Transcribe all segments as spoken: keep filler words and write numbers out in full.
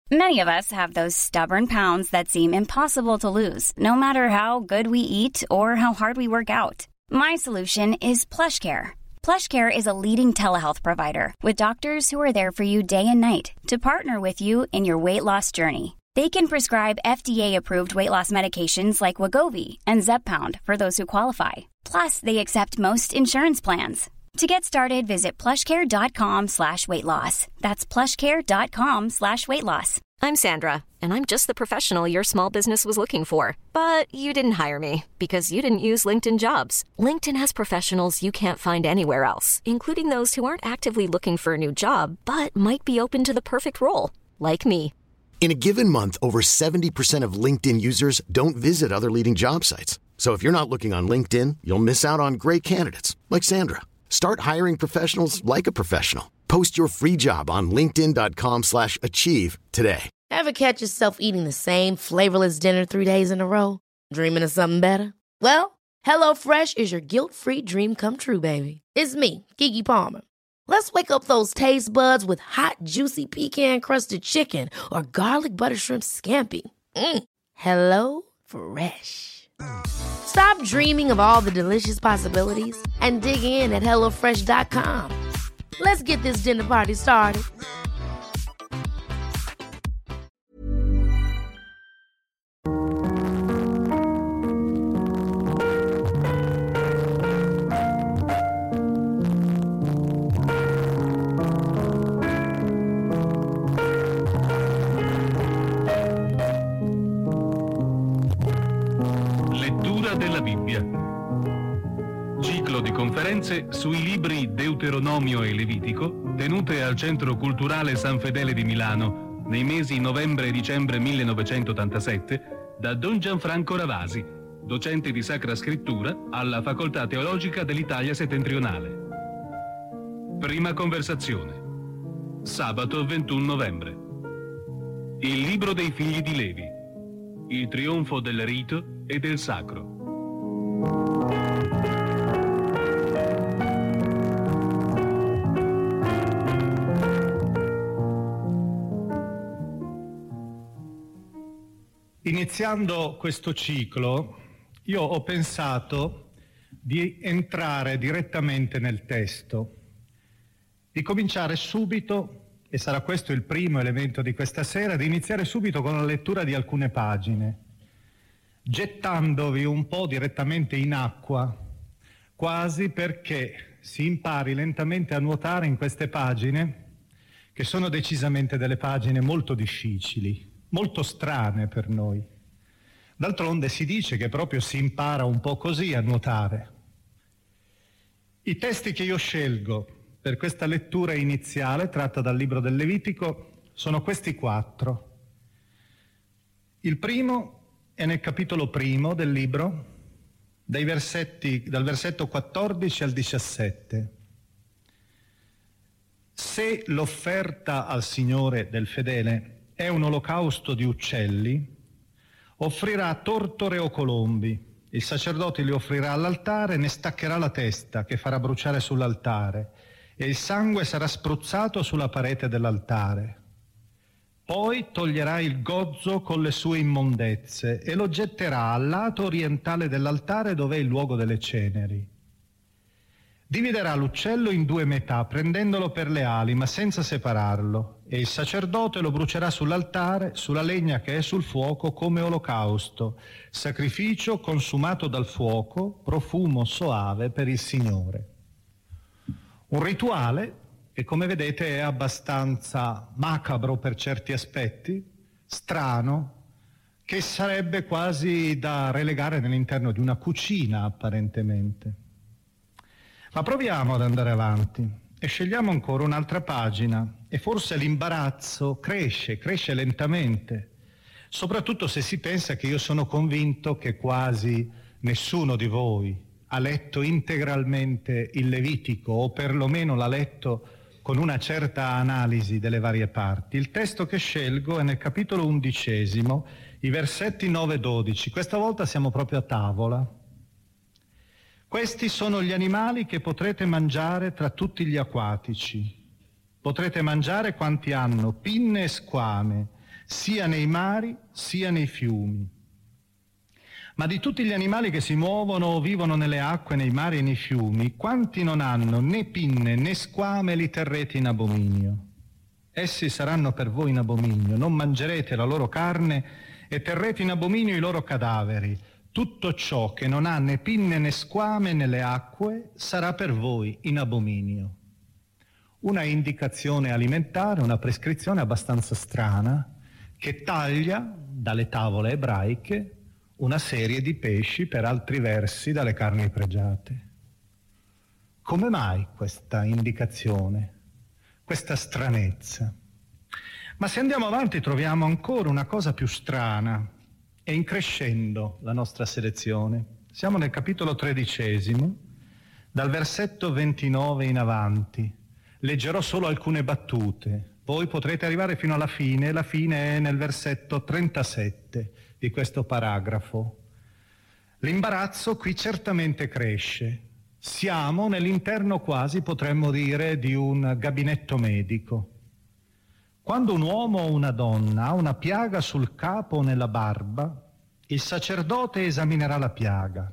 Many of us have those stubborn pounds that seem impossible to lose, no matter how good we eat or how hard we work out. My solution is PlushCare. PlushCare is a leading telehealth provider with doctors who are there for you day and night to partner with you in your weight loss journey. They can prescribe F D A-approved weight loss medications like Wegovy and Zepbound for those who qualify. Plus, they accept most insurance plans. To get started, visit plushcare.com slash weight loss. That's plushcare.com slash weight loss. I'm Sandra, and I'm just the professional your small business was looking for. But you didn't hire me because you didn't use LinkedIn Jobs. LinkedIn has professionals you can't find anywhere else, including those who aren't actively looking for a new job, but might be open to the perfect role, like me. In a given month, over seventy percent of LinkedIn users don't visit other leading job sites. So if you're not looking on LinkedIn, you'll miss out on great candidates like Sandra. Start hiring professionals like a professional. Post your free job on linkedin.com slash achieve today. Ever catch yourself eating the same flavorless dinner three days in a row? Dreaming of something better? Well, HelloFresh is your guilt-free dream come true, baby. It's me, Keke Palmer. Let's wake up those taste buds with hot, juicy pecan-crusted chicken or garlic butter shrimp scampi. Mm. Hello Fresh. Stop dreaming of all the delicious possibilities and dig in at hello fresh dot com. Let's get this dinner party started. Della Bibbia. Ciclo di conferenze sui libri Deuteronomio e Levitico tenute al Centro Culturale San Fedele di Milano nei mesi novembre e dicembre millenovecentottantasette da Don Gianfranco Ravasi, docente di Sacra Scrittura alla Facoltà Teologica dell'Italia Settentrionale. Prima conversazione. Sabato ventuno novembre. Il libro dei figli di Levi. Il trionfo del rito e del sacro. Iniziando questo ciclo, io ho pensato di entrare direttamente nel testo, di cominciare subito, e sarà questo il primo elemento di questa sera, di iniziare subito con la lettura di alcune pagine, gettandovi un po' direttamente in acqua, quasi perché si impari lentamente a nuotare in queste pagine, che sono decisamente delle pagine molto difficili, molto strane per noi. D'altronde si dice che proprio si impara un po' così a nuotare. I testi che io scelgo per questa lettura iniziale, tratta dal libro del Levitico, sono questi quattro. Il primo è nel capitolo primo del libro, dai versetti, dal versetto quattordici al diciassette. Se l'offerta al Signore del fedele è un olocausto di uccelli, offrirà tortore o colombi. Il sacerdote li offrirà all'altare, ne staccherà la testa che farà bruciare sull'altare e il sangue sarà spruzzato sulla parete dell'altare. Poi toglierà il gozzo con le sue immondezze e lo getterà al lato orientale dell'altare dove è il luogo delle ceneri. Dividerà l'uccello in due metà, prendendolo per le ali, ma senza separarlo, e il sacerdote lo brucerà sull'altare, sulla legna che è sul fuoco, come olocausto, sacrificio consumato dal fuoco, profumo soave per il Signore. Un rituale che, come vedete, è abbastanza macabro per certi aspetti, strano, che sarebbe quasi da relegare nell'interno di una cucina, apparentemente. Ma proviamo ad andare avanti e scegliamo ancora un'altra pagina e forse l'imbarazzo cresce, cresce lentamente, soprattutto se si pensa che io sono convinto che quasi nessuno di voi ha letto integralmente il Levitico o perlomeno l'ha letto con una certa analisi delle varie parti. Il testo che scelgo è nel capitolo undicesimo, i versetti nove e dodici. Questa volta siamo proprio a tavola. Questi sono gli animali che potrete mangiare tra tutti gli acquatici. Potrete mangiare quanti hanno pinne e squame, sia nei mari sia nei fiumi. Ma di tutti gli animali che si muovono o vivono nelle acque, nei mari e nei fiumi, quanti non hanno né pinne né squame li terrete in abominio? Essi saranno per voi in abominio, non mangerete la loro carne e terrete in abominio i loro cadaveri. Tutto ciò che non ha né pinne né squame nelle acque sarà per voi in abominio. Una indicazione alimentare, una prescrizione abbastanza strana, che taglia dalle tavole ebraiche una serie di pesci, per altri versi dalle carni pregiate. Come mai questa indicazione, questa stranezza? Ma se andiamo avanti troviamo ancora una cosa più strana, e increscendo la nostra selezione. Siamo nel capitolo tredicesimo, dal versetto ventinove in avanti. Leggerò solo alcune battute, voi potrete arrivare fino alla fine, la fine è nel versetto trentasette di questo paragrafo. L'imbarazzo qui certamente cresce. Siamo nell'interno quasi, potremmo dire, di un gabinetto medico. Quando un uomo o una donna ha una piaga sul capo o nella barba, il sacerdote esaminerà la piaga.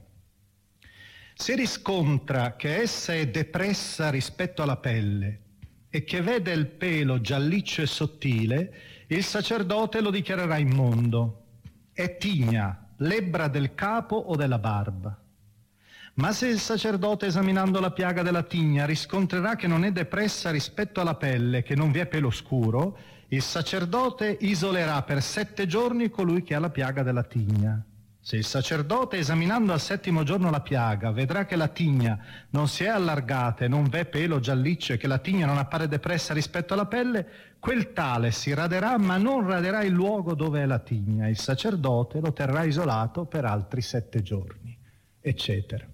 Se riscontra che essa è depressa rispetto alla pelle e che vede il pelo gialliccio e sottile, il sacerdote lo dichiarerà immondo. È tigna, lebbra del capo o della barba. Ma se il sacerdote, esaminando la piaga della tigna, riscontrerà che non è depressa rispetto alla pelle, che non vi è pelo scuro, il sacerdote isolerà per sette giorni colui che ha la piaga della tigna. Se il sacerdote, esaminando al settimo giorno la piaga, vedrà che la tigna non si è allargata e non v'è pelo gialliccio e che la tigna non appare depressa rispetto alla pelle, quel tale si raderà, ma non raderà il luogo dove è la tigna. Il sacerdote lo terrà isolato per altri sette giorni, eccetera.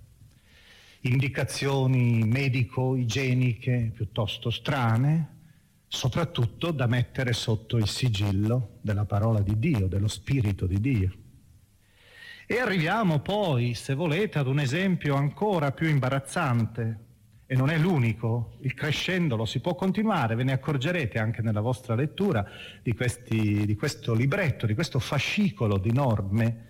Indicazioni medico-igieniche piuttosto strane, soprattutto da mettere sotto il sigillo della parola di Dio, dello Spirito di Dio. E arriviamo poi, se volete, ad un esempio ancora più imbarazzante, e non è l'unico, il crescendo lo si può continuare, ve ne accorgerete anche nella vostra lettura di, questi, di questo libretto, di questo fascicolo di norme.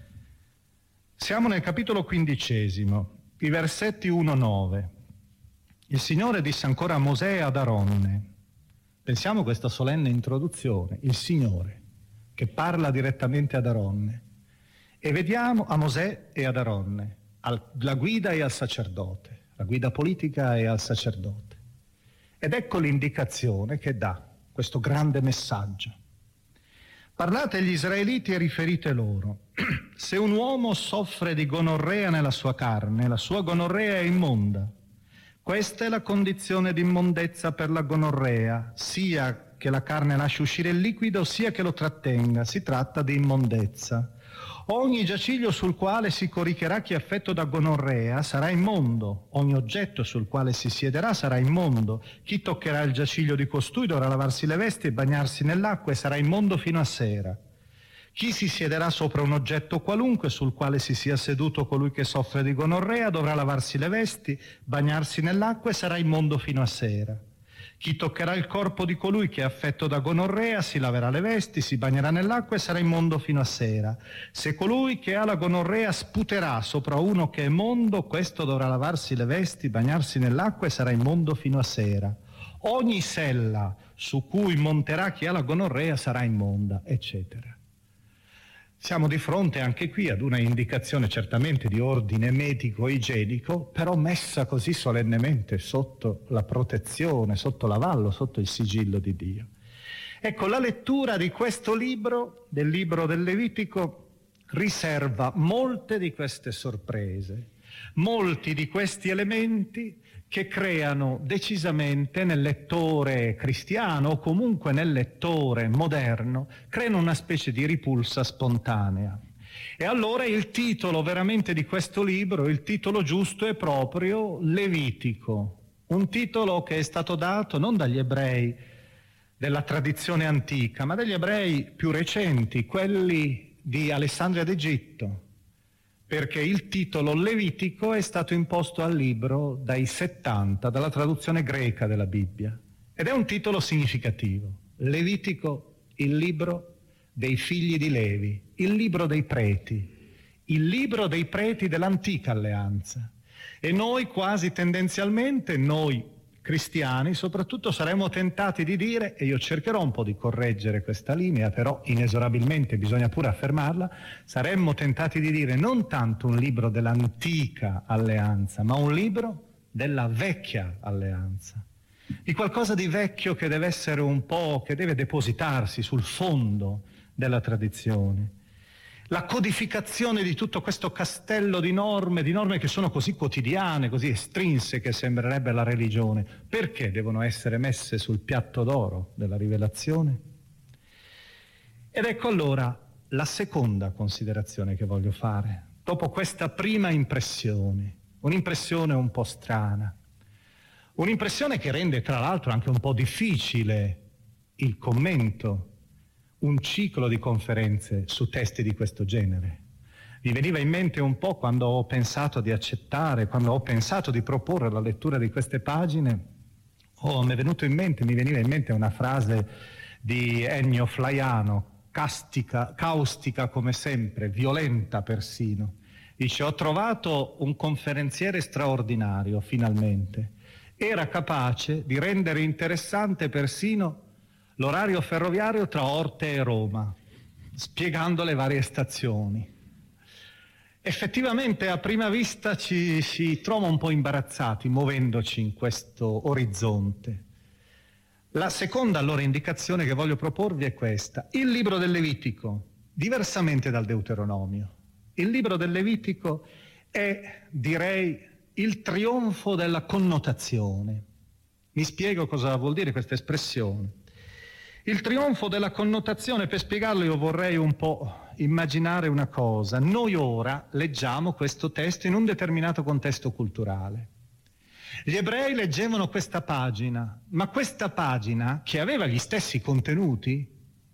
Siamo nel capitolo quindicesimo. I versetti uno nove. Il Signore disse ancora a Mosè e ad Aronne. Pensiamo a questa solenne introduzione, il Signore, che parla direttamente ad Aronne. E vediamo a Mosè e ad Aronne, alla guida e al sacerdote, la guida politica e al sacerdote. Ed ecco l'indicazione che dà questo grande messaggio. Parlate agli israeliti e riferite loro, se un uomo soffre di gonorrea nella sua carne, la sua gonorrea è immonda. Questa è la condizione di immondezza per la gonorrea, sia che la carne lasci uscire il liquido, sia che lo trattenga, si tratta di immondezza. Ogni giaciglio sul quale si coricherà chi è affetto da gonorrea sarà immondo, ogni oggetto sul quale si siederà sarà immondo. Chi toccherà il giaciglio di costui dovrà lavarsi le vesti e bagnarsi nell'acqua e sarà immondo fino a sera. Chi si siederà sopra un oggetto qualunque sul quale si sia seduto colui che soffre di gonorrea dovrà lavarsi le vesti, bagnarsi nell'acqua e sarà immondo fino a sera. Chi toccherà il corpo di colui che è affetto da gonorrea si laverà le vesti, si bagnerà nell'acqua e sarà immondo fino a sera. Se colui che ha la gonorrea sputerà sopra uno che è mondo, questo dovrà lavarsi le vesti, bagnarsi nell'acqua e sarà immondo fino a sera. Ogni sella su cui monterà chi ha la gonorrea sarà immonda, eccetera. Siamo di fronte anche qui ad una indicazione certamente di ordine medico-igienico, però messa così solennemente sotto la protezione, sotto l'avallo, sotto il sigillo di Dio. Ecco, la lettura di questo libro, del libro del Levitico, riserva molte di queste sorprese, molti di questi elementi che creano decisamente nel lettore cristiano o comunque nel lettore moderno, creano una specie di ripulsa spontanea. E allora il titolo veramente di questo libro, il titolo giusto è proprio Levitico, un titolo che è stato dato non dagli ebrei della tradizione antica, ma dagli ebrei più recenti, quelli di Alessandria d'Egitto, perché il titolo Levitico è stato imposto al libro dai settanta, dalla traduzione greca della Bibbia, ed è un titolo significativo. Levitico, il libro dei figli di Levi, il libro dei preti, il libro dei preti dell'antica alleanza. E noi quasi tendenzialmente, noi cristiani soprattutto, saremmo tentati di dire, e io cercherò un po' di correggere questa linea, però inesorabilmente bisogna pure affermarla, saremmo tentati di dire non tanto un libro dell'antica alleanza, ma un libro della vecchia alleanza, di qualcosa di vecchio che deve essere un po', che deve depositarsi sul fondo della tradizione. La codificazione di tutto questo castello di norme, di norme che sono così quotidiane, così estrinseche, sembrerebbe la religione. Perché devono essere messe sul piatto d'oro della rivelazione? Ed ecco allora la seconda considerazione che voglio fare, dopo questa prima impressione, un'impressione un po' strana, un'impressione che rende tra l'altro anche un po' difficile il commento, un ciclo di conferenze su testi di questo genere. Mi veniva in mente un po' quando ho pensato di accettare, quando ho pensato di proporre la lettura di queste pagine, oh, mi è venuto in mente, mi veniva in mente una frase di Ennio Flaiano, castica, caustica come sempre, violenta persino. Dice: ho trovato un conferenziere straordinario, finalmente. Era capace di rendere interessante persino l'orario ferroviario tra Orte e Roma, spiegando le varie stazioni. Effettivamente a prima vista ci si trova un po' imbarazzati muovendoci in questo orizzonte. La seconda allora indicazione che voglio proporvi è questa. Il libro del Levitico, diversamente dal Deuteronomio, il libro del Levitico è, direi, il trionfo della connotazione. Mi spiego cosa vuol dire questa espressione. Il trionfo della connotazione, per spiegarlo io vorrei un po' immaginare una cosa. Noi ora leggiamo questo testo in un determinato contesto culturale. Gli ebrei leggevano questa pagina, ma questa pagina, che aveva gli stessi contenuti,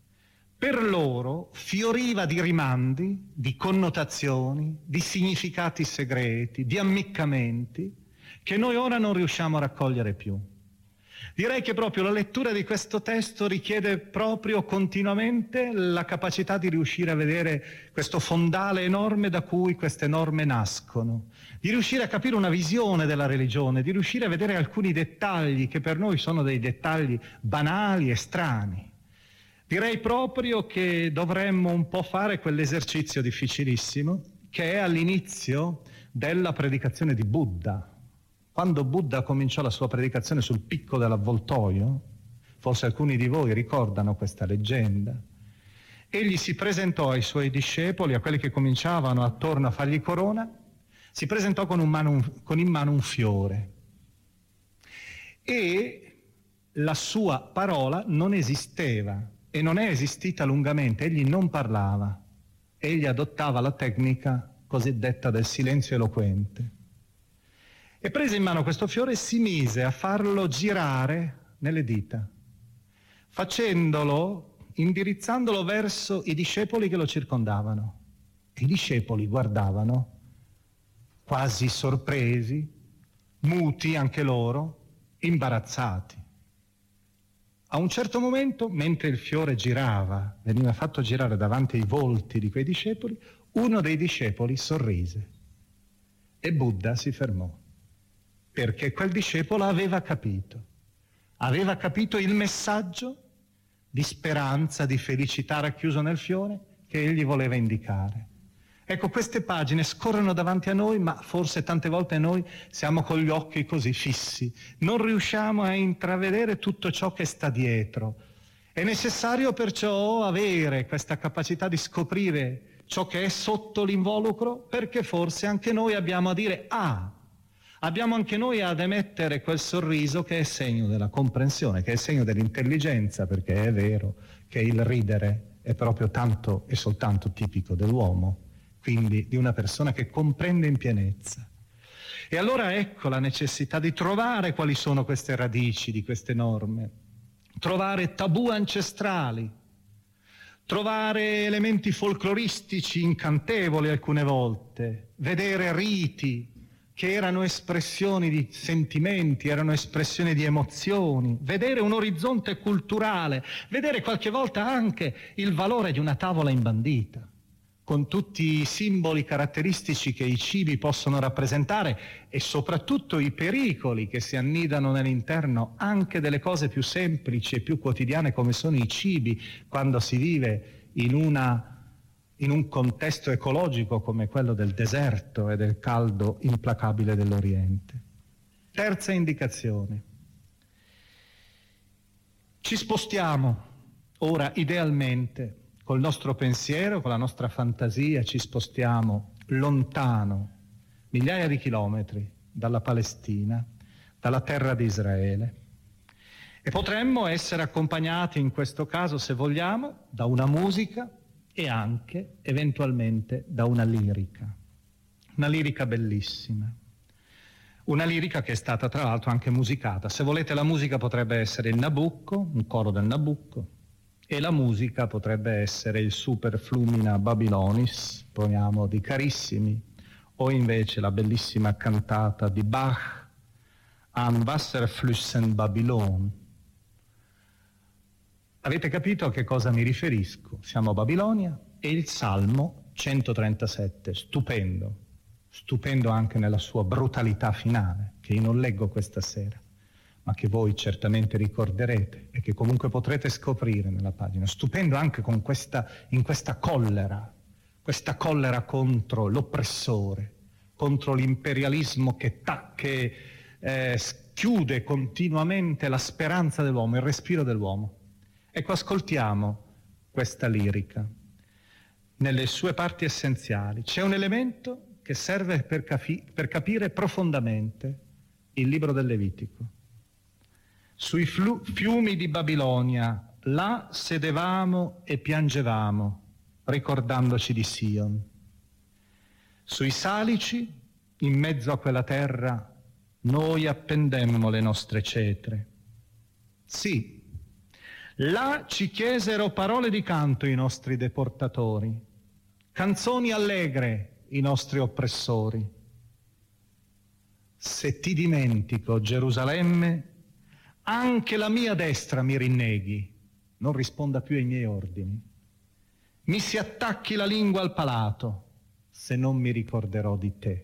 per loro fioriva di rimandi, di connotazioni, di significati segreti, di ammiccamenti, che noi ora non riusciamo a raccogliere più. Direi che proprio la lettura di questo testo richiede proprio continuamente la capacità di riuscire a vedere questo fondale enorme da cui queste norme nascono, di riuscire a capire una visione della religione, di riuscire a vedere alcuni dettagli che per noi sono dei dettagli banali e strani. Direi proprio che dovremmo un po' fare quell'esercizio difficilissimo che è all'inizio della predicazione di Buddha. Quando Buddha cominciò la sua predicazione sul picco dell'avvoltoio, forse alcuni di voi ricordano questa leggenda, egli si presentò ai suoi discepoli, a quelli che cominciavano attorno a fargli corona, si presentò con, un mano, con in mano un fiore e la sua parola non esisteva e non è esistita lungamente, egli non parlava, egli adottava la tecnica cosiddetta del silenzio eloquente. E prese in mano questo fiore e si mise a farlo girare nelle dita, facendolo, indirizzandolo verso i discepoli che lo circondavano. E i discepoli guardavano, quasi sorpresi, muti anche loro, imbarazzati. A un certo momento, mentre il fiore girava, veniva fatto girare davanti ai volti di quei discepoli, uno dei discepoli sorrise e Buddha si fermò. Perché quel discepolo aveva capito, aveva capito il messaggio di speranza, di felicità racchiuso nel fiore che egli voleva indicare. Ecco, queste pagine scorrono davanti a noi, ma forse tante volte noi siamo con gli occhi così fissi, non riusciamo a intravedere tutto ciò che sta dietro. È necessario perciò avere questa capacità di scoprire ciò che è sotto l'involucro, perché forse anche noi abbiamo a dire ah, abbiamo anche noi ad emettere quel sorriso che è segno della comprensione, che è segno dell'intelligenza, perché è vero che il ridere è proprio tanto e soltanto tipico dell'uomo, quindi di una persona che comprende in pienezza. E allora ecco la necessità di trovare quali sono queste radici di queste norme, trovare tabù ancestrali, trovare elementi folcloristici incantevoli alcune volte, vedere riti che erano espressioni di sentimenti, erano espressioni di emozioni, vedere un orizzonte culturale, vedere qualche volta anche il valore di una tavola imbandita, con tutti i simboli caratteristici che i cibi possono rappresentare e soprattutto i pericoli che si annidano nell'interno anche delle cose più semplici e più quotidiane come sono i cibi, quando si vive in, una, in un contesto ecologico come quello del deserto e del caldo implacabile dell'Oriente. Terza indicazione. Ci spostiamo ora idealmente col nostro pensiero, con la nostra fantasia, ci spostiamo lontano, migliaia di chilometri dalla Palestina, dalla terra di Israele. E potremmo essere accompagnati in questo caso, se vogliamo, da una musica e anche, eventualmente, da una lirica. Una lirica bellissima. Una lirica che è stata, tra l'altro, anche musicata. Se volete, la musica potrebbe essere il Nabucco, un coro del Nabucco, e la musica potrebbe essere il Super Flumina Babylonis, poniamo, di Carissimi, o invece la bellissima cantata di Bach, Am Wasserflüssen Babylon. Avete capito a che cosa mi riferisco? Siamo a Babilonia e il Salmo centotrentasette, stupendo, stupendo anche nella sua brutalità finale, che io non leggo questa sera, ma che voi certamente ricorderete e che comunque potrete scoprire nella pagina. Stupendo anche con questa, in questa collera, questa collera contro l'oppressore, contro l'imperialismo che, ta- che eh, chiude continuamente la speranza dell'uomo, il respiro dell'uomo. Ecco, ascoltiamo questa lirica nelle sue parti essenziali. C'è un elemento che serve per, capi- per capire profondamente il libro del Levitico. Sui flu- fiumi di Babilonia, là sedevamo e piangevamo, ricordandoci di Sion. Sui salici, in mezzo a quella terra, noi appendemmo le nostre cetre. Sì, là ci chiesero parole di canto i nostri deportatori, canzoni allegre i nostri oppressori. Se ti dimentico, Gerusalemme, anche la mia destra mi rinneghi, non risponda più ai miei ordini. Mi si attacchi la lingua al palato, se non mi ricorderò di te.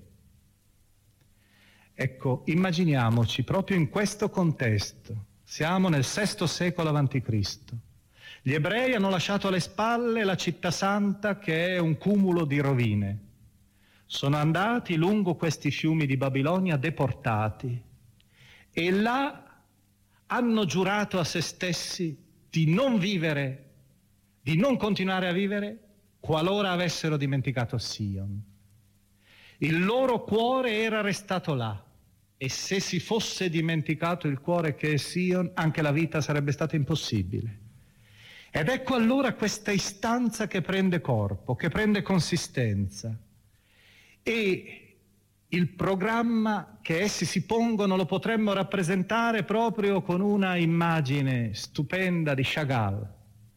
Ecco, immaginiamoci proprio in questo contesto. Siamo nel sesto secolo avanti Cristo. Gli ebrei hanno lasciato alle spalle la città santa, che è un cumulo di rovine. Sono andati lungo questi fiumi di Babilonia deportati e là hanno giurato a se stessi di non vivere, di non continuare a vivere qualora avessero dimenticato Sion. Il loro cuore era restato là e se si fosse dimenticato il cuore che è Sion, anche la vita sarebbe stata impossibile. Ed ecco allora questa istanza che prende corpo, che prende consistenza, e il programma che essi si pongono lo potremmo rappresentare proprio con una immagine stupenda di Chagall.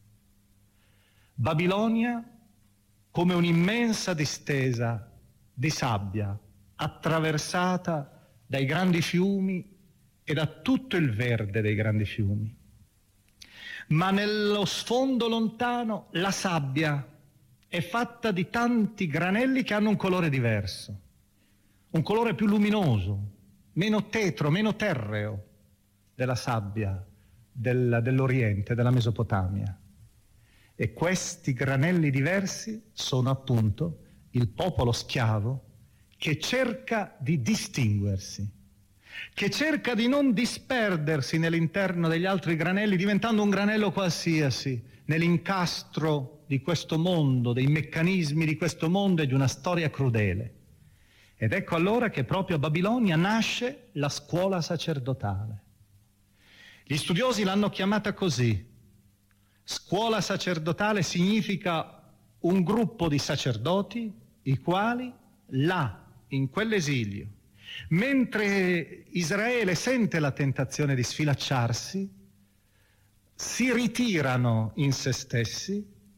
Babilonia come un'immensa distesa di sabbia attraversata dai grandi fiumi e da tutto il verde dei grandi fiumi. Ma nello sfondo lontano la sabbia è fatta di tanti granelli che hanno un colore diverso. Un colore più luminoso, meno tetro, meno terreo della sabbia del, dell'Oriente, della Mesopotamia. E questi granelli diversi sono appunto il popolo schiavo che cerca di distinguersi, che cerca di non disperdersi nell'interno degli altri granelli, diventando un granello qualsiasi, nell'incastro di questo mondo, dei meccanismi di questo mondo e di una storia crudele. Ed ecco allora che proprio a Babilonia nasce la scuola sacerdotale. Gli studiosi l'hanno chiamata così. Scuola sacerdotale significa un gruppo di sacerdoti i quali là, in quell'esilio, mentre Israele sente la tentazione di sfilacciarsi, si ritirano in se stessi,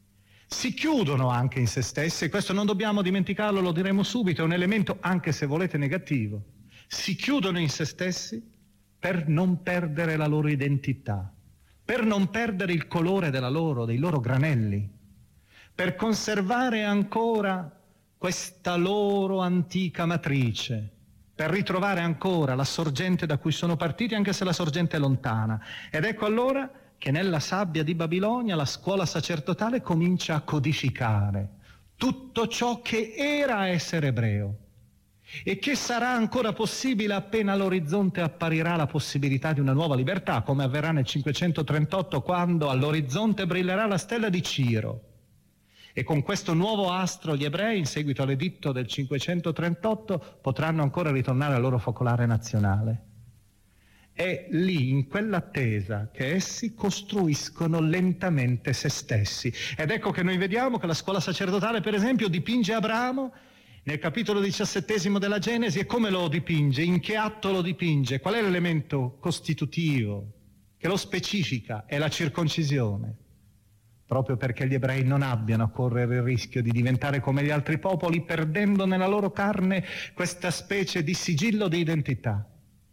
si chiudono anche in se stessi, e questo non dobbiamo dimenticarlo, lo diremo subito, è un elemento anche se volete negativo, si chiudono in se stessi per non perdere la loro identità, per non perdere il colore della loro, dei loro granelli, per conservare ancora questa loro antica matrice, per ritrovare ancora la sorgente da cui sono partiti, anche se la sorgente è lontana. Ed ecco allora che nella sabbia di Babilonia la scuola sacerdotale comincia a codificare tutto ciò che era essere ebreo e che sarà ancora possibile appena all'orizzonte apparirà la possibilità di una nuova libertà, come avverrà nel cinquecentotrentotto, quando all'orizzonte brillerà la stella di Ciro. E con questo nuovo astro gli ebrei, in seguito all'editto del cinquecentotrentotto, potranno ancora ritornare al loro focolare nazionale. È lì, in quell'attesa, che essi costruiscono lentamente se stessi. Ed ecco che noi vediamo che la scuola sacerdotale, per esempio, dipinge Abramo nel capitolo diciassettesimo della Genesi. E come lo dipinge? In che atto lo dipinge? Qual è l'elemento costitutivo che lo specifica? È la circoncisione. Proprio perché gli ebrei non abbiano a correre il rischio di diventare come gli altri popoli, perdendo nella loro carne questa specie di sigillo di identità.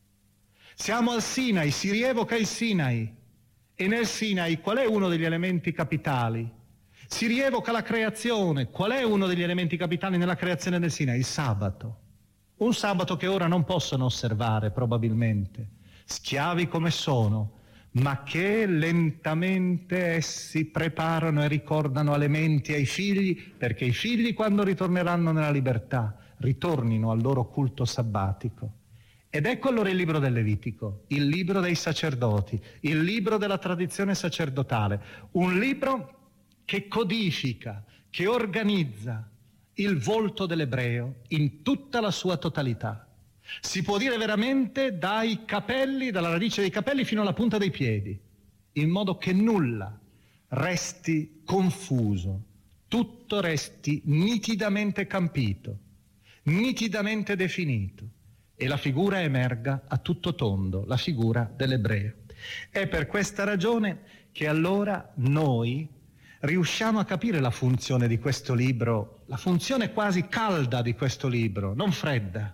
Siamo al Sinai, si rievoca il Sinai, e nel Sinai qual è uno degli elementi capitali? Si rievoca la creazione. Qual è uno degli elementi capitali nella creazione del Sinai? Il sabato. Un sabato che ora non possono osservare probabilmente, schiavi come sono, ma che lentamente essi preparano e ricordano alle menti e ai figli, perché i figli, quando ritorneranno nella libertà, ritornino al loro culto sabbatico. Ed ecco allora il libro del Levitico, il libro dei sacerdoti, il libro della tradizione sacerdotale, un libro che codifica, che organizza il volto dell'ebreo in tutta la sua totalità. Si può dire veramente dai capelli, dalla radice dei capelli fino alla punta dei piedi, in modo che nulla resti confuso, tutto resti nitidamente campito, nitidamente definito, e la figura emerga a tutto tondo, la figura dell'ebreo. È per questa ragione che allora noi riusciamo a capire la funzione di questo libro, la funzione quasi calda di questo libro, non fredda.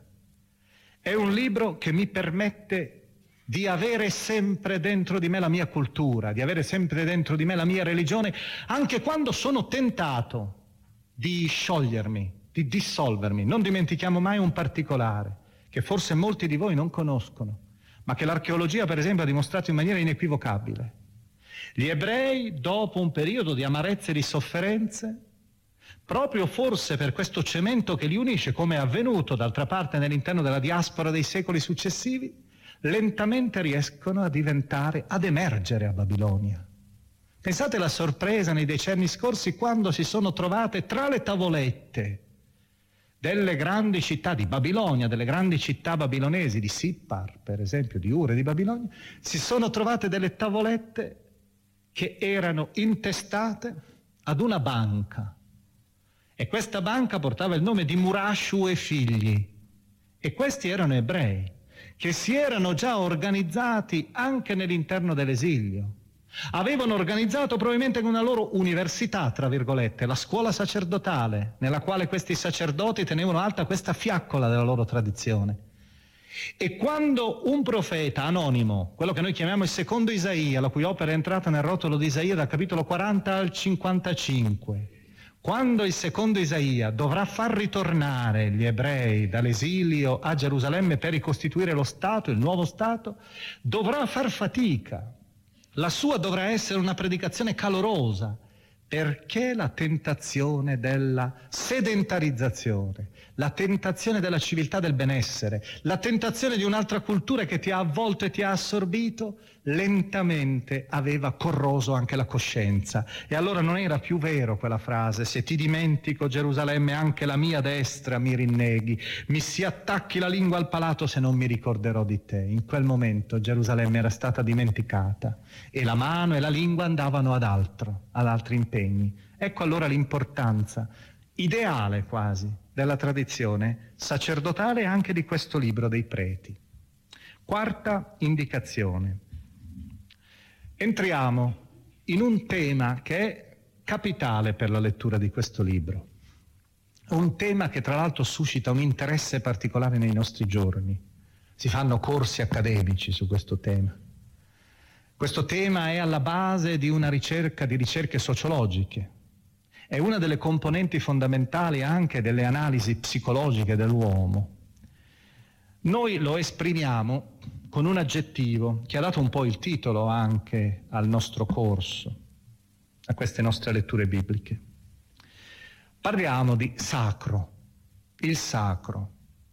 È un libro che mi permette di avere sempre dentro di me la mia cultura, di avere sempre dentro di me la mia religione, anche quando sono tentato di sciogliermi, di dissolvermi. Non dimentichiamo mai un particolare che forse molti di voi non conoscono, ma che l'archeologia, per esempio, ha dimostrato in maniera inequivocabile. Gli ebrei, dopo un periodo di amarezze e di sofferenze, proprio forse per questo cemento che li unisce, come è avvenuto d'altra parte nell'interno della diaspora dei secoli successivi, lentamente riescono a diventare, ad emergere a Babilonia. Pensate alla sorpresa nei decenni scorsi quando si sono trovate tra le tavolette delle grandi città di Babilonia, delle grandi città babilonesi, di Sippar, per esempio, di Ure di Babilonia, si sono trovate delle tavolette che erano intestate ad una banca. E questa banca portava il nome di Murashu e figli. E questi erano ebrei, che si erano già organizzati anche nell'interno dell'esilio. Avevano organizzato probabilmente una loro università, tra virgolette, la scuola sacerdotale, nella quale questi sacerdoti tenevano alta questa fiaccola della loro tradizione. E quando un profeta anonimo, quello che noi chiamiamo il secondo Isaia, la cui opera è entrata nel rotolo di Isaia dal capitolo quaranta al cinquantacinque, quando il secondo Isaia dovrà far ritornare gli ebrei dall'esilio a Gerusalemme per ricostituire lo Stato, il nuovo Stato, dovrà far fatica. La sua dovrà essere una predicazione calorosa, perché la tentazione della sedentarizzazione, la tentazione della civiltà del benessere, la tentazione di un'altra cultura che ti ha avvolto e ti ha assorbito, lentamente aveva corroso anche la coscienza. E allora non era più vero quella frase: se ti dimentico Gerusalemme anche la mia destra mi rinneghi, mi si attacchi la lingua al palato se non mi ricorderò di te. In quel momento Gerusalemme era stata dimenticata e la mano e la lingua andavano ad altro, ad altri impegni. Ecco allora l'importanza ideale quasi della tradizione sacerdotale e anche di questo libro dei preti. Quarta indicazione. Entriamo in un tema che è capitale per la lettura di questo libro. Un tema che tra l'altro suscita un interesse particolare nei nostri giorni. Si fanno corsi accademici su questo tema. Questo tema è alla base di una ricerca, di ricerche sociologiche. È una delle componenti fondamentali anche delle analisi psicologiche dell'uomo. Noi lo esprimiamo con un aggettivo che ha dato un po' il titolo anche al nostro corso, a queste nostre letture bibliche. Parliamo di sacro, il sacro.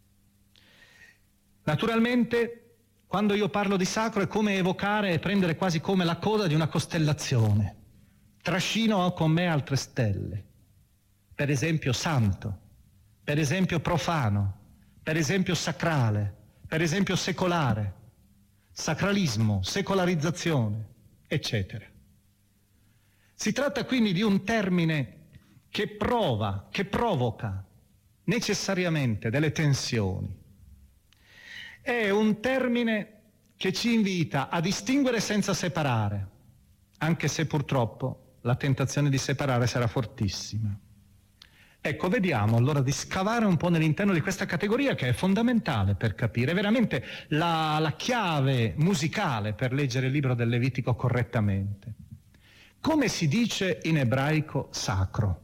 Naturalmente, quando io parlo di sacro è come evocare e prendere quasi come la coda di una costellazione. Trascino con me altre stelle, per esempio santo, per esempio profano, per esempio sacrale, per esempio secolare, sacralismo, secolarizzazione, eccetera. Si tratta quindi di un termine che prova, che provoca necessariamente delle tensioni. È un termine che ci invita a distinguere senza separare, anche se purtroppo la tentazione di separare sarà fortissima. Ecco, vediamo allora di scavare un po' nell'interno di questa categoria che è fondamentale per capire, è veramente la, la chiave musicale per leggere il libro del Levitico correttamente. Come si dice in ebraico sacro?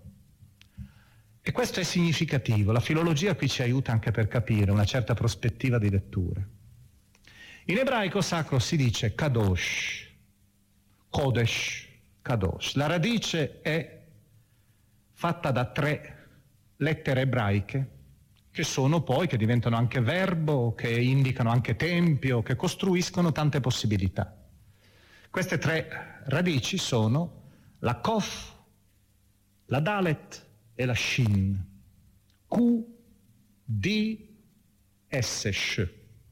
E questo è significativo, la filologia qui ci aiuta anche per capire una certa prospettiva di lettura. In ebraico sacro si dice kadosh, kodesh, kadosh. La radice è fatta da tre lettere ebraiche che sono poi, che diventano anche verbo, che indicano anche tempio, che costruiscono tante possibilità. Queste tre radici sono la Kof, la Dalet e la Shin. Q, D, S, Sh.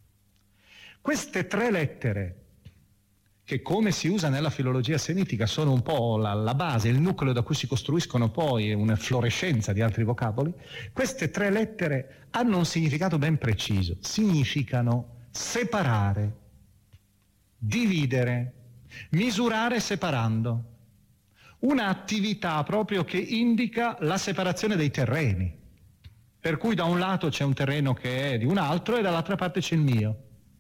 Queste tre lettere, che come si usa nella filologia semitica sono un po' la, la base, il nucleo da cui si costruiscono poi un'efflorescenza di altri vocaboli, queste tre lettere hanno un significato ben preciso. Significano separare, dividere, misurare separando. Una attività proprio che indica la separazione dei terreni, per cui da un lato c'è un terreno che è di un altro e dall'altra parte c'è il mio.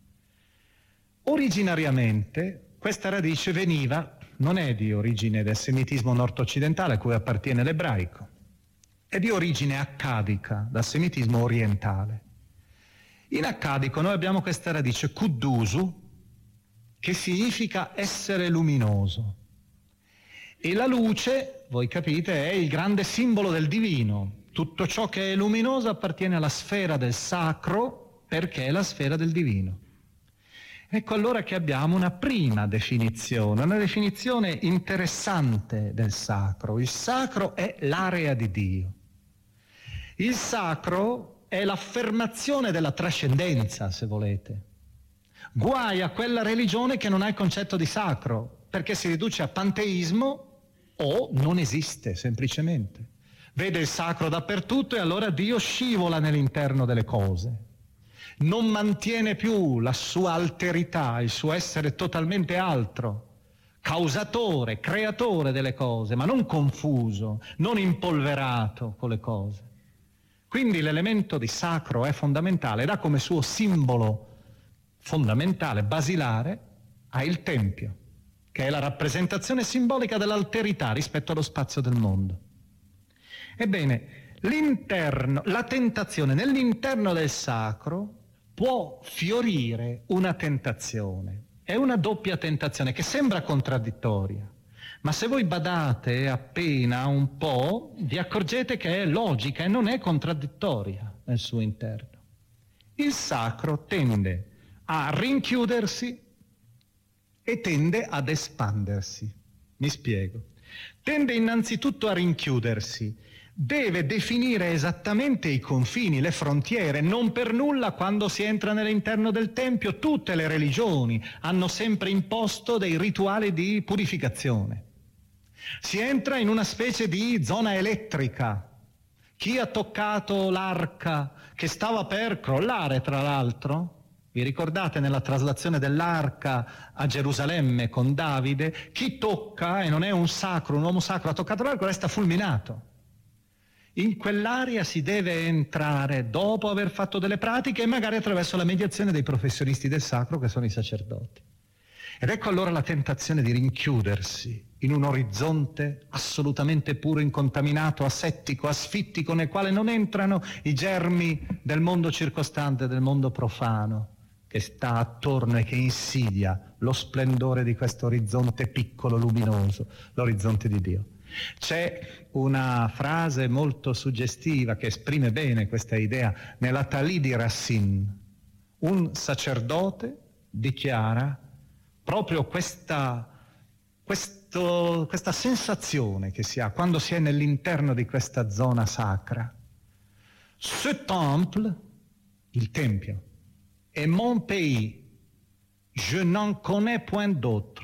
Originariamente questa radice veniva, non è di origine del semitismo nord-occidentale a cui appartiene l'ebraico, è di origine accadica, dal semitismo orientale. In accadico noi abbiamo questa radice kuddusu, che significa essere luminoso. E la luce, voi capite, è il grande simbolo del divino. Tutto ciò che è luminoso appartiene alla sfera del sacro perché è la sfera del divino. Ecco allora che abbiamo una prima definizione, una definizione interessante del sacro. Il sacro è l'area di Dio. Il sacro è l'affermazione della trascendenza, se volete. Guai a quella religione che non ha il concetto di sacro, perché si riduce a panteismo o non esiste semplicemente. Vede il sacro dappertutto e allora Dio scivola nell'interno delle cose. Non mantiene più la sua alterità, il suo essere totalmente altro, causatore, creatore delle cose, ma non confuso, non impolverato con le cose. Quindi l'elemento di sacro è fondamentale ed ha come suo simbolo fondamentale, basilare, ha il Tempio, che è la rappresentazione simbolica dell'alterità rispetto allo spazio del mondo. Ebbene, l'interno, la tentazione nell'interno del sacro può fiorire una tentazione. È una doppia tentazione che sembra contraddittoria, ma se voi badate appena un po', vi accorgete che è logica e non è contraddittoria nel suo interno. Il sacro tende a rinchiudersi e tende ad espandersi. Mi spiego. Tende innanzitutto a rinchiudersi, deve definire esattamente i confini, le frontiere. Non per nulla quando si entra nell'interno del Tempio tutte le religioni hanno sempre imposto dei rituali di purificazione. Si entra in una specie di zona elettrica. Chi ha toccato l'arca che stava per crollare, tra l'altro, Vi ricordate nella traslazione dell'arca a Gerusalemme con Davide? Chi tocca, e non è un sacro, un uomo sacro, ha toccato l'arca, resta fulminato. In quell'area si deve entrare dopo aver fatto delle pratiche e magari attraverso la mediazione dei professionisti del sacro, che sono i sacerdoti. Ed ecco allora la tentazione di rinchiudersi in un orizzonte assolutamente puro, incontaminato, asettico, asfittico, nel quale non entrano i germi del mondo circostante, del mondo profano, che sta attorno e che insidia lo splendore di questo orizzonte piccolo, luminoso, l'orizzonte di Dio. C'è una frase molto suggestiva che esprime bene questa idea nella Talì di Racine. Un sacerdote dichiara proprio questa, questo, questa sensazione che si ha quando si è nell'interno di questa zona sacra. Ce temple, il tempio, est mon pays, je n'en connais point d'autre.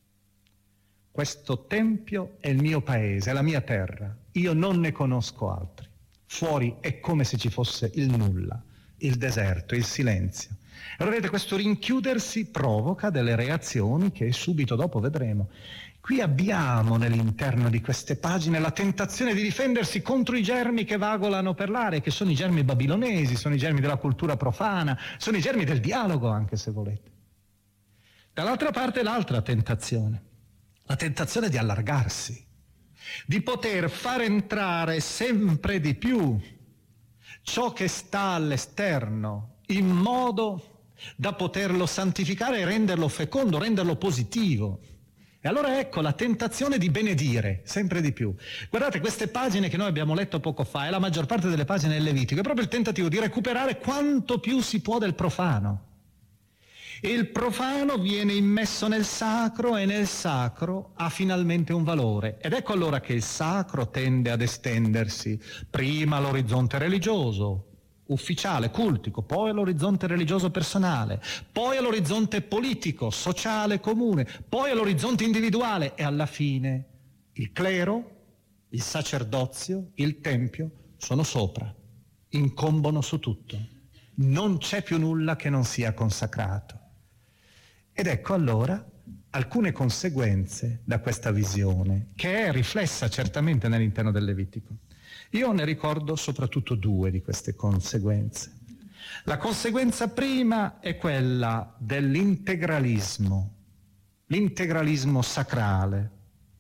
Questo tempio è il mio paese, è la mia terra, io non ne conosco altri. Fuori è come se ci fosse il nulla, il deserto, il silenzio. Allora vedete, questo rinchiudersi provoca delle reazioni che subito dopo vedremo. Qui abbiamo nell'interno di queste pagine la tentazione di difendersi contro i germi che vagolano per l'aria, che sono i germi babilonesi, sono i germi della cultura profana, sono i germi del dialogo anche, se volete. Dall'altra parte l'altra tentazione, la tentazione di allargarsi, di poter far entrare sempre di più ciò che sta all'esterno in modo da poterlo santificare e renderlo fecondo, renderlo positivo. E allora ecco la tentazione di benedire sempre di più. Guardate, queste pagine che noi abbiamo letto poco fa, e la maggior parte delle pagine del Levitico, è proprio il tentativo di recuperare quanto più si può del profano. E il profano viene immesso nel sacro e nel sacro ha finalmente un valore. Ed ecco allora che il sacro tende ad estendersi prima all'orizzonte religioso, ufficiale, cultico, poi all'orizzonte religioso personale, poi all'orizzonte politico, sociale, comune, poi all'orizzonte individuale e alla fine il clero, il sacerdozio, il tempio sono sopra, incombono su tutto. Non c'è più nulla che non sia consacrato. Ed ecco allora alcune conseguenze da questa visione, che è riflessa certamente all'interno del Levitico. Io ne ricordo soprattutto due di queste conseguenze. La conseguenza prima è quella dell'integralismo, l'integralismo sacrale.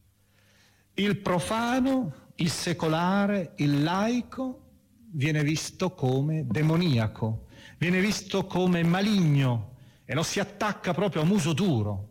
Il profano, il secolare, il laico viene visto come demoniaco, viene visto come maligno e lo si attacca proprio a muso duro.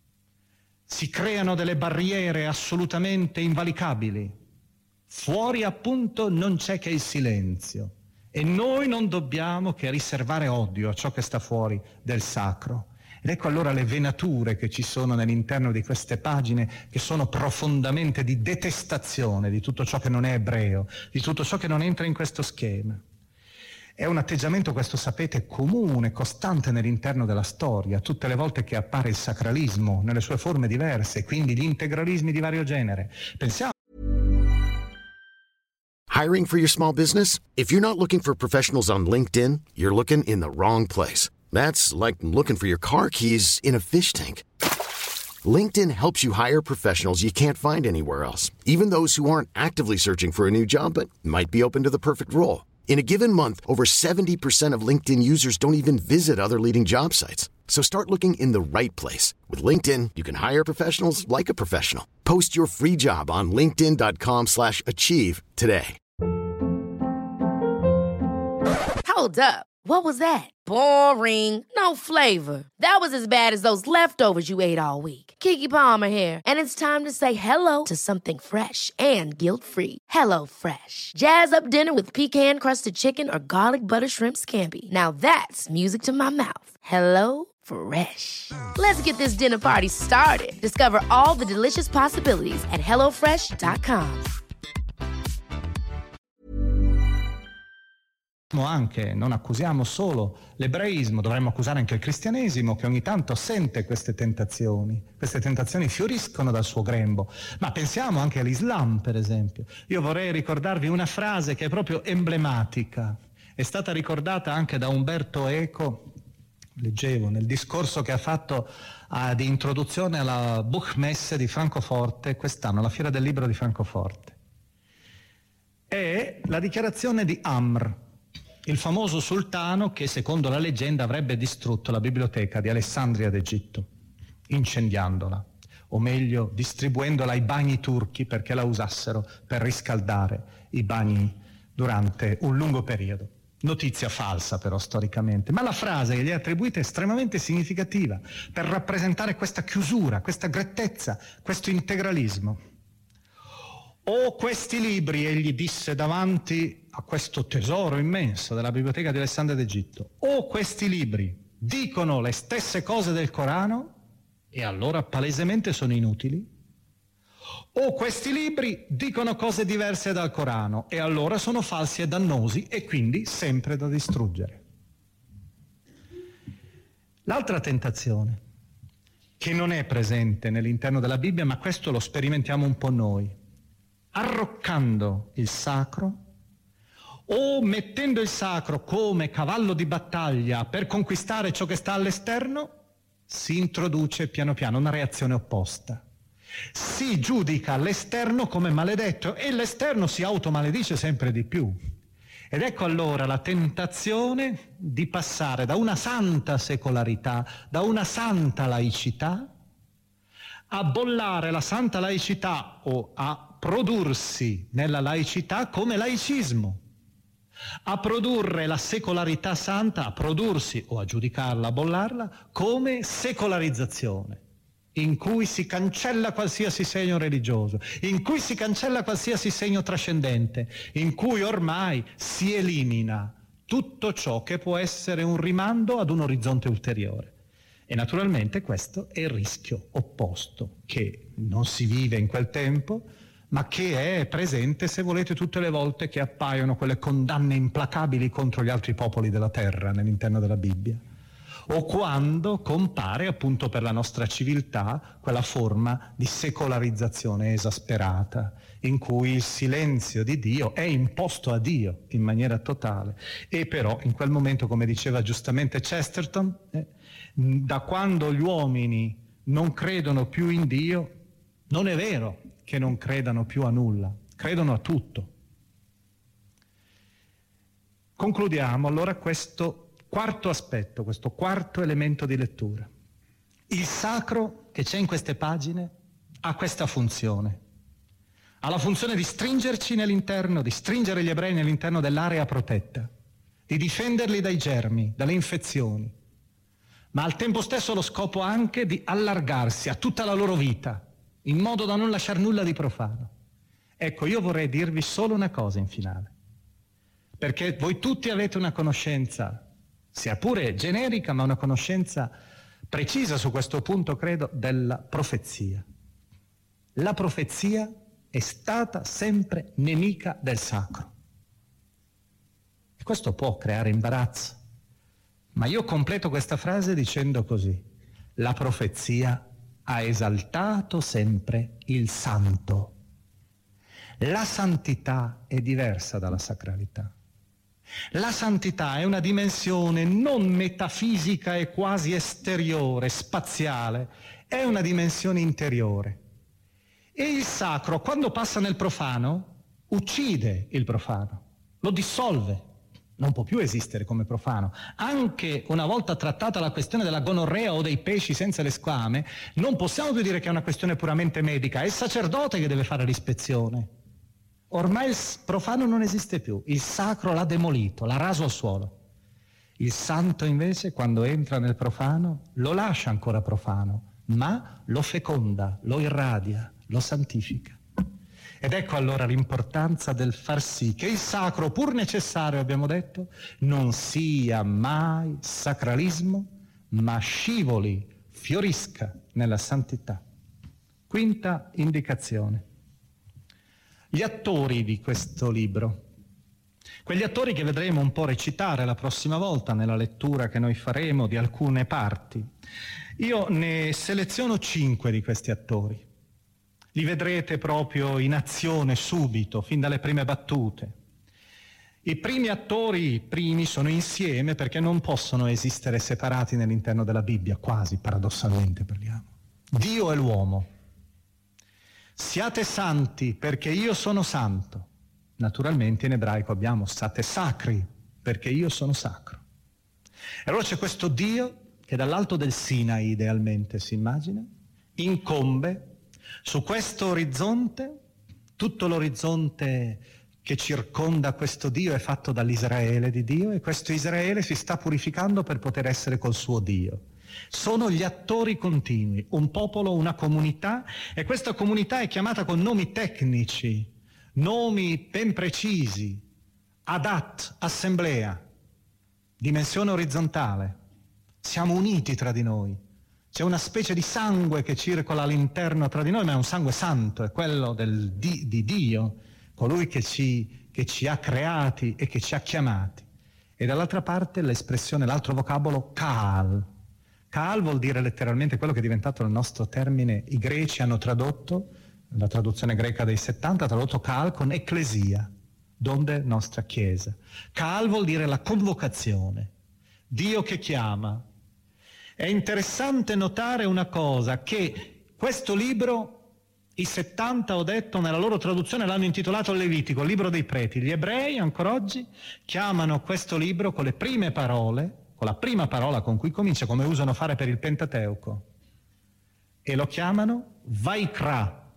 Si creano delle barriere assolutamente invalicabili. Fuori appunto non c'è che il silenzio e noi non dobbiamo che riservare odio a ciò che sta fuori del sacro. Ed ecco allora le venature che ci sono all'interno di queste pagine, che sono profondamente di detestazione di tutto ciò che non è ebreo, di tutto ciò che non entra in questo schema. È un atteggiamento, questo sapete, comune, costante nell'interno della storia, tutte le volte che appare il sacralismo nelle sue forme diverse, quindi gli integralismi di vario genere. Pensiamo. Hiring for your small business? If you're not looking for professionals on LinkedIn, you're looking in the wrong place. That's like looking for your car keys in a fish tank. LinkedIn helps you hire professionals you can't find anywhere else, even those who aren't actively searching for a new job but might be open to the perfect role. In a given month, over seventy percent of LinkedIn users don't even visit other leading job sites. So start looking in the right place. With LinkedIn, you can hire professionals like a professional. Post your free job on linkedin dot com slash achieve today. Hold up. What was that? Boring. No flavor. That was as bad as those leftovers you ate all week. Keke Palmer here, and it's time to say hello to something fresh and guilt-free. Hello Fresh. Jazz up dinner with pecan-crusted chicken or garlic butter shrimp scampi. Now that's music to my mouth. Hello Fresh. Let's get this dinner party started. Discover all the delicious possibilities at hello fresh dot com. Anche, non accusiamo solo l'ebraismo, dovremmo accusare anche il cristianesimo, che ogni tanto sente queste tentazioni. Queste tentazioni fioriscono dal suo grembo, ma pensiamo anche all'Islam, per esempio. Io vorrei ricordarvi una frase che è proprio emblematica, è stata ricordata anche da Umberto Eco leggevo nel discorso che ha fatto uh, di introduzione alla Buchmesse di Francoforte quest'anno, la Fiera del Libro di Francoforte. È la dichiarazione di Amr, il famoso sultano che secondo la leggenda avrebbe distrutto la biblioteca di Alessandria d'Egitto, incendiandola, o meglio distribuendola ai bagni turchi perché la usassero per riscaldare i bagni durante un lungo periodo. Notizia falsa però storicamente, ma la frase che gli è attribuita è estremamente significativa per rappresentare questa chiusura, questa grettezza, questo integralismo. O questi libri, egli disse davanti a questo tesoro immenso della biblioteca di Alessandria d'Egitto, o questi libri dicono le stesse cose del Corano e allora palesemente sono inutili, o questi libri dicono cose diverse dal Corano e allora sono falsi e dannosi e quindi sempre da distruggere. L'altra tentazione, che non è presente nell'interno della Bibbia, ma questo lo sperimentiamo un po' noi, arroccando il sacro o mettendo il sacro come cavallo di battaglia per conquistare ciò che sta all'esterno, si introduce piano piano una reazione opposta. Si giudica l'esterno come maledetto e l'esterno si automaledice sempre di più. Ed ecco allora la tentazione di passare da una santa secolarità, da una santa laicità, a bollare la santa laicità o a prodursi nella laicità come laicismo, a produrre la secolarità santa, a prodursi o a giudicarla, a bollarla come secolarizzazione, in cui si cancella qualsiasi segno religioso, in cui si cancella qualsiasi segno trascendente, in cui ormai si elimina tutto ciò che può essere un rimando ad un orizzonte ulteriore. E naturalmente questo è il rischio opposto, che non si vive in quel tempo, ma che è presente, se volete, tutte le volte che appaiono quelle condanne implacabili contro gli altri popoli della terra nell'interno della Bibbia, o quando compare appunto per la nostra civiltà quella forma di secolarizzazione esasperata, in cui il silenzio di Dio è imposto a Dio in maniera totale. E però in quel momento, come diceva giustamente Chesterton, eh, da quando gli uomini non credono più in Dio, non è vero che non credano più a nulla, credono a tutto. Concludiamo allora questo quarto aspetto, questo quarto elemento di lettura. Il sacro che c'è in queste pagine ha questa funzione. Ha la funzione di stringerci nell'interno, di stringere gli ebrei nell'interno dell'area protetta, di difenderli dai germi, dalle infezioni, ma al tempo stesso lo scopo anche di allargarsi a tutta la loro vita, in modo da non lasciare nulla di profano. Ecco, io vorrei dirvi solo una cosa in finale, perché voi tutti avete una conoscenza, sia pure generica, ma una conoscenza precisa su questo punto, credo, della profezia. La profezia è stata sempre nemica del sacro. E questo può creare imbarazzo, ma io completo questa frase dicendo così: la profezia ha esaltato sempre il santo. La santità è diversa dalla sacralità. La santità è una dimensione non metafisica e quasi esteriore, spaziale, è una dimensione interiore. E il sacro, quando passa nel profano, uccide il profano, lo dissolve. Non può più esistere come profano. Anche una volta trattata la questione della gonorrea o dei pesci senza le squame, non possiamo più dire che è una questione puramente medica, è il sacerdote che deve fare l'ispezione. Ormai il profano non esiste più, il sacro l'ha demolito, l'ha raso al suolo. Il santo invece, quando entra nel profano, lo lascia ancora profano, ma lo feconda, lo irradia, lo santifica. Ed ecco allora l'importanza del far sì che il sacro, pur necessario, abbiamo detto, non sia mai sacralismo, ma scivoli, fiorisca nella santità. Quinta indicazione. Gli attori di questo libro, quegli attori che vedremo un po' recitare la prossima volta nella lettura che noi faremo di alcune parti. Io ne seleziono cinque di questi attori. Li vedrete proprio in azione subito, fin dalle prime battute. I primi attori, i primi, sono insieme perché non possono esistere separati nell'interno della Bibbia, quasi paradossalmente parliamo. Dio e l'uomo. Siate santi perché io sono santo. Naturalmente in ebraico abbiamo state sacri perché io sono sacro. E allora c'è questo Dio che dall'alto del Sinai, idealmente si immagina, incombe su questo orizzonte, tutto l'orizzonte che circonda questo Dio è fatto dall'Israele di Dio, e questo Israele si sta purificando per poter essere col suo Dio. Sono gli attori continui, un popolo, una comunità, e questa comunità è chiamata con nomi tecnici, nomi ben precisi: Adat, assemblea, dimensione orizzontale. Siamo uniti tra di noi. C'è una specie di sangue che circola all'interno tra di noi, ma è un sangue santo, è quello del, di, di Dio, colui che ci, che ci ha creati e che ci ha chiamati. E dall'altra parte l'espressione, l'altro vocabolo, Kaal. Kaal vuol dire letteralmente quello che è diventato il nostro termine, i greci hanno tradotto, la traduzione greca dei settanta ha tradotto Kaal con ecclesia, donde nostra chiesa. Kaal vuol dire la convocazione, Dio che chiama. È interessante notare una cosa, che questo libro, i settanta, ho detto, nella loro traduzione l'hanno intitolato Levitico, il libro dei preti. Gli ebrei ancora oggi chiamano questo libro con le prime parole, con la prima parola con cui comincia, come usano fare per il Pentateuco, e lo chiamano Vaikra,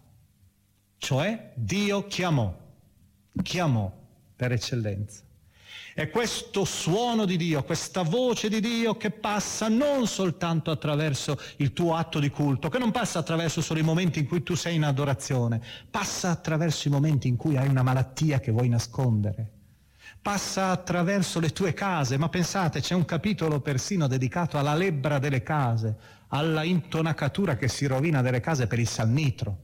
cioè Dio chiamò, chiamò per eccellenza. È questo suono di Dio, questa voce di Dio che passa non soltanto attraverso il tuo atto di culto, che non passa attraverso solo i momenti in cui tu sei in adorazione, passa attraverso i momenti in cui hai una malattia che vuoi nascondere, passa attraverso le tue case. Ma pensate, c'è un capitolo persino dedicato alla lebbra delle case, alla intonacatura che si rovina delle case per il salnitro.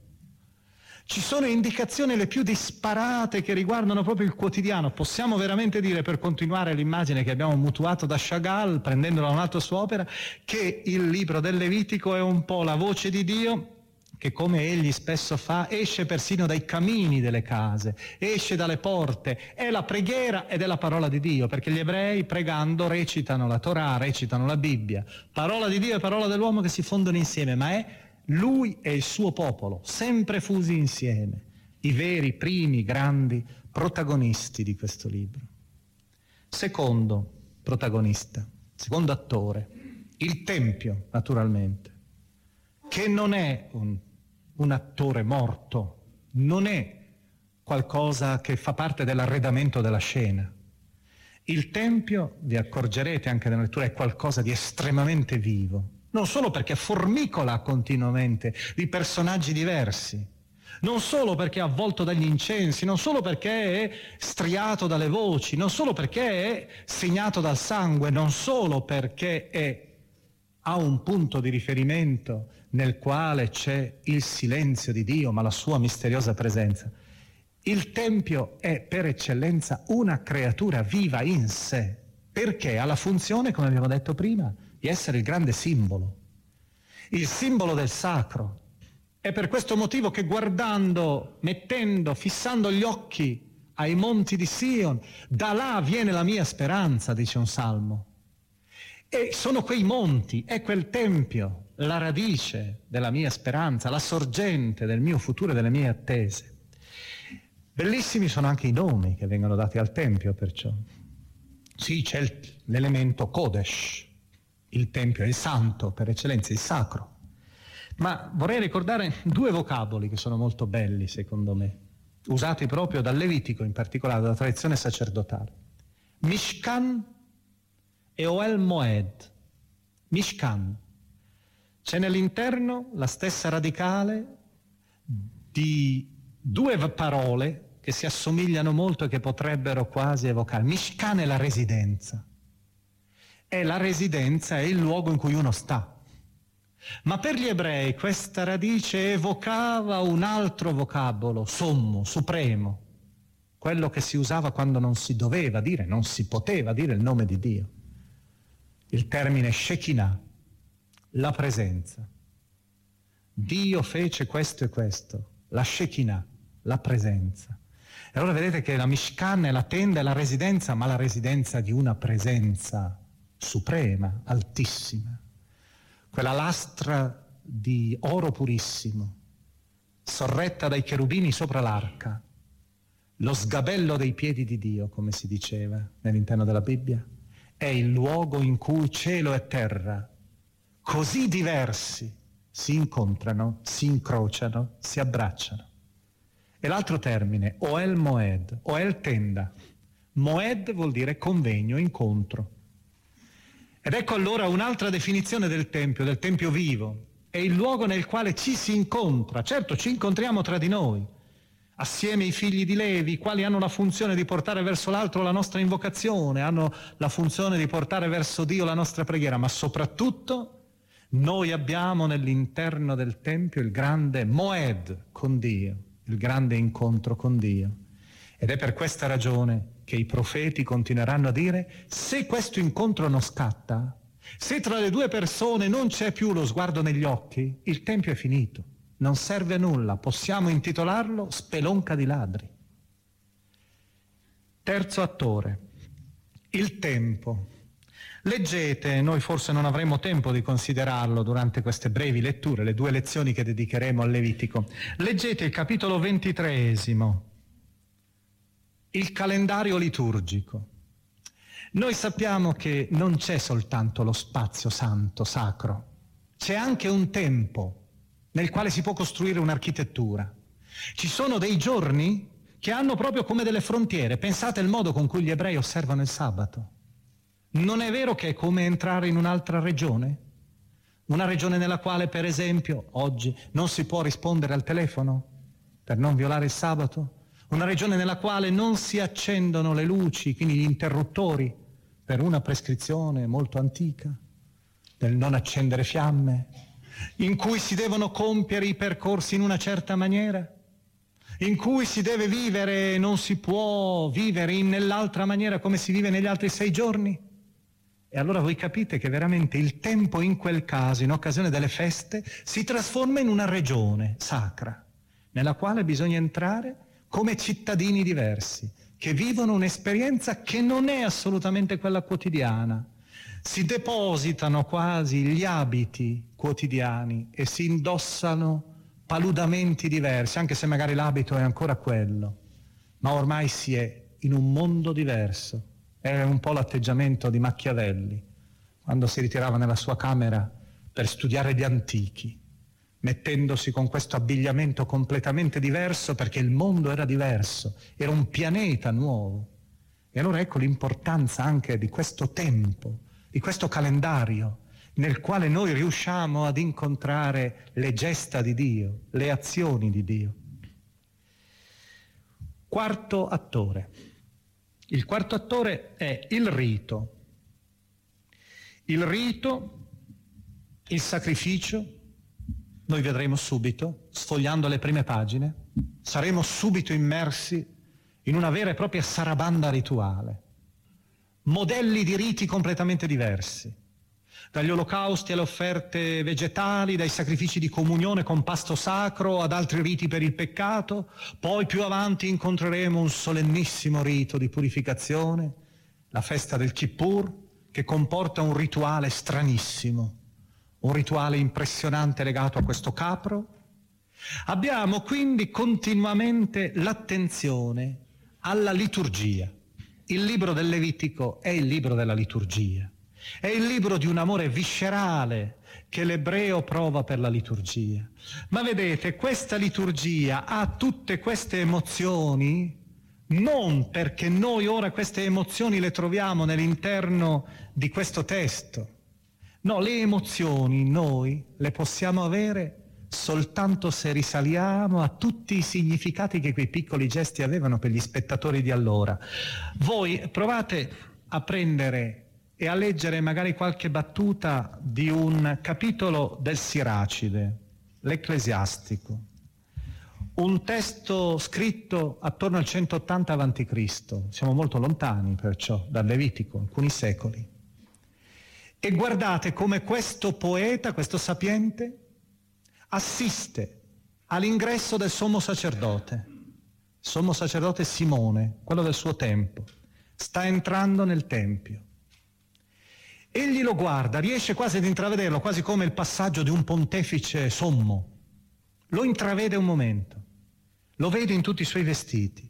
Ci sono indicazioni le più disparate che riguardano proprio il quotidiano. Possiamo veramente dire, per continuare l'immagine che abbiamo mutuato da Chagall, prendendola da un'altra sua opera, che il libro del Levitico è un po' la voce di Dio che, come egli spesso fa, esce persino dai camini delle case, esce dalle porte, è la preghiera ed è la parola di Dio, perché gli ebrei pregando recitano la Torah, recitano la Bibbia, parola di Dio e parola dell'uomo che si fondono insieme, ma è lui e il suo popolo, sempre fusi insieme, i veri, primi, grandi protagonisti di questo libro. Secondo protagonista, secondo attore, il Tempio, naturalmente, che non è un, un attore morto, non è qualcosa che fa parte dell'arredamento della scena. Il Tempio, vi accorgerete anche nella lettura, è qualcosa di estremamente vivo. Non solo perché formicola continuamente di personaggi diversi, non solo perché è avvolto dagli incensi, non solo perché è striato dalle voci, non solo perché è segnato dal sangue, non solo perché è, ha un punto di riferimento nel quale c'è il silenzio di Dio, ma la sua misteriosa presenza. Il Tempio è per eccellenza una creatura viva in sé, perché ha la funzione, come abbiamo detto prima, di essere il grande simbolo, il simbolo del sacro. È per questo motivo che guardando, mettendo, fissando gli occhi ai monti di Sion, da là viene la mia speranza, dice un salmo. E sono quei monti, è quel Tempio, la radice della mia speranza, la sorgente del mio futuro e delle mie attese. Bellissimi sono anche i nomi che vengono dati al Tempio, perciò. Sì, c'è l'elemento Kodesh, il Tempio è il santo per eccellenza, il sacro. Ma vorrei ricordare due vocaboli che sono molto belli, secondo me, usati proprio dal Levitico, in particolare dalla tradizione sacerdotale. Mishkan e Ohel Moed. Mishkan. C'è nell'interno la stessa radicale di due parole che si assomigliano molto e che potrebbero quasi evocare. Mishkan è la residenza. È la residenza, è il luogo in cui uno sta. Ma per gli ebrei questa radice evocava un altro vocabolo, sommo, supremo, quello che si usava quando non si doveva dire, non si poteva dire il nome di Dio. Il termine Shekinah, la presenza. Dio fece questo e questo, la Shekinah, la presenza. E allora vedete che la Mishkan è la tenda, è la residenza, ma la residenza di una presenza suprema, altissima. Quella lastra di oro purissimo, sorretta dai cherubini sopra l'arca, lo sgabello dei piedi di Dio, come si diceva nell'interno della Bibbia, è il luogo in cui cielo e terra, così diversi, si incontrano, si incrociano, si abbracciano. E l'altro termine, Ohel Moed, Ohel tenda. Moed vuol dire convegno, incontro. Ed ecco allora un'altra definizione del Tempio, del Tempio vivo. È il luogo nel quale ci si incontra. Certo, ci incontriamo tra di noi, assieme i figli di Levi, i quali hanno la funzione di portare verso l'altro la nostra invocazione, hanno la funzione di portare verso Dio la nostra preghiera, ma soprattutto noi abbiamo nell'interno del Tempio il grande Moed con Dio, il grande incontro con Dio. Ed è per questa ragione che i profeti continueranno a dire: se questo incontro non scatta, se tra le due persone non c'è più lo sguardo negli occhi, il Tempio è finito. Non serve a nulla, possiamo intitolarlo Spelonca di ladri. Terzo attore, il tempo. Leggete, noi forse non avremo tempo di considerarlo durante queste brevi letture, le due lezioni che dedicheremo al Levitico. Leggete il capitolo ventitreesimo, il calendario liturgico. Noi sappiamo che non c'è soltanto lo spazio santo, sacro, c'è anche un tempo nel quale si può costruire un'architettura. Ci sono dei giorni che hanno proprio come delle frontiere. Pensate al modo con cui gli ebrei osservano il sabato. Non è vero che è come entrare in un'altra regione? Una regione nella quale, per esempio, oggi non si può rispondere al telefono per non violare il sabato? Una regione nella quale non si accendono le luci, quindi gli interruttori, per una prescrizione molto antica del non accendere fiamme, in cui si devono compiere i percorsi in una certa maniera, in cui si deve vivere e non si può vivere in nell'altra maniera come si vive negli altri sei giorni. E allora voi capite che veramente il tempo in quel caso, in occasione delle feste, si trasforma in una regione sacra, nella quale bisogna entrare come cittadini diversi, che vivono un'esperienza che non è assolutamente quella quotidiana. Si depositano quasi gli abiti quotidiani e si indossano paludamenti diversi, anche se magari l'abito è ancora quello, ma ormai si è in un mondo diverso. È un po' l'atteggiamento di Machiavelli, quando si ritirava nella sua camera per studiare gli antichi, mettendosi con questo abbigliamento completamente diverso perché il mondo era diverso, era un pianeta nuovo. E allora ecco l'importanza anche di questo tempo, di questo calendario nel quale noi riusciamo ad incontrare le gesta di Dio, le azioni di Dio. Quarto attore. Il quarto attore è il rito. Il rito, il sacrificio, noi vedremo subito, sfogliando le prime pagine, saremo subito immersi in una vera e propria sarabanda rituale. Modelli di riti completamente diversi, dagli olocausti alle offerte vegetali, dai sacrifici di comunione con pasto sacro ad altri riti per il peccato. Poi più avanti incontreremo un solennissimo rito di purificazione, la festa del Kippur, che comporta un rituale stranissimo, un rituale impressionante legato a questo capro. Abbiamo quindi continuamente l'attenzione alla liturgia. Il libro del Levitico è il libro della liturgia, è il libro di un amore viscerale che l'ebreo prova per la liturgia. Ma vedete, questa liturgia ha tutte queste emozioni non perché noi ora queste emozioni le troviamo nell'interno di questo testo. No, le emozioni noi le possiamo avere soltanto se risaliamo a tutti i significati che quei piccoli gesti avevano per gli spettatori di allora. Voi provate a prendere e a leggere magari qualche battuta di un capitolo del Siracide, l'Ecclesiastico, un testo scritto attorno al centottanta avanti Cristo, siamo molto lontani perciò dal Levitico, alcuni secoli. E guardate come questo poeta, questo sapiente, assiste all'ingresso del sommo sacerdote. sommo sacerdote Simone, quello del suo tempo, sta entrando nel Tempio. Egli lo guarda, riesce quasi ad intravederlo, quasi come il passaggio di un pontefice sommo. Lo intravede un momento, lo vede in tutti i suoi vestiti.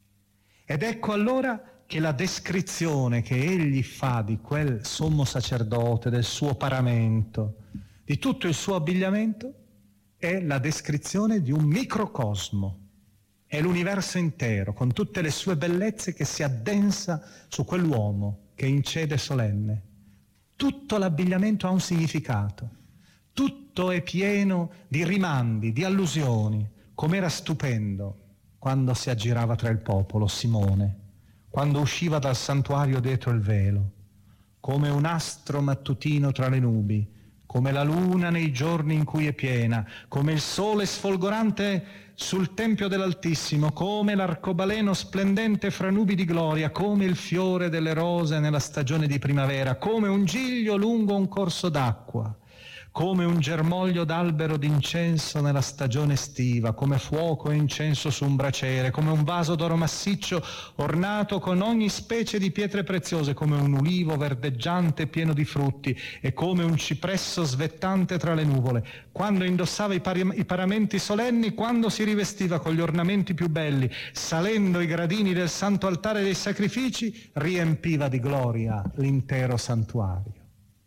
Ed ecco allora che la descrizione che egli fa di quel sommo sacerdote, del suo paramento, di tutto il suo abbigliamento, è la descrizione di un microcosmo. È l'universo intero, con tutte le sue bellezze, che si addensa su quell'uomo che incede solenne. Tutto l'abbigliamento ha un significato, tutto è pieno di rimandi, di allusioni. Com'era stupendo quando si aggirava tra il popolo Simone, quando usciva dal santuario dietro il velo, come un astro mattutino tra le nubi, come la luna nei giorni in cui è piena, come il sole sfolgorante sul Tempio dell'Altissimo, come l'arcobaleno splendente fra nubi di gloria, come il fiore delle rose nella stagione di primavera, come un giglio lungo un corso d'acqua, come un germoglio d'albero d'incenso nella stagione estiva, come fuoco e incenso su un braciere, come un vaso d'oro massiccio ornato con ogni specie di pietre preziose, come un ulivo verdeggiante pieno di frutti e come un cipresso svettante tra le nuvole, quando indossava i, pari- i paramenti solenni, quando si rivestiva con gli ornamenti più belli, salendo i gradini del santo altare dei sacrifici, riempiva di gloria l'intero santuario.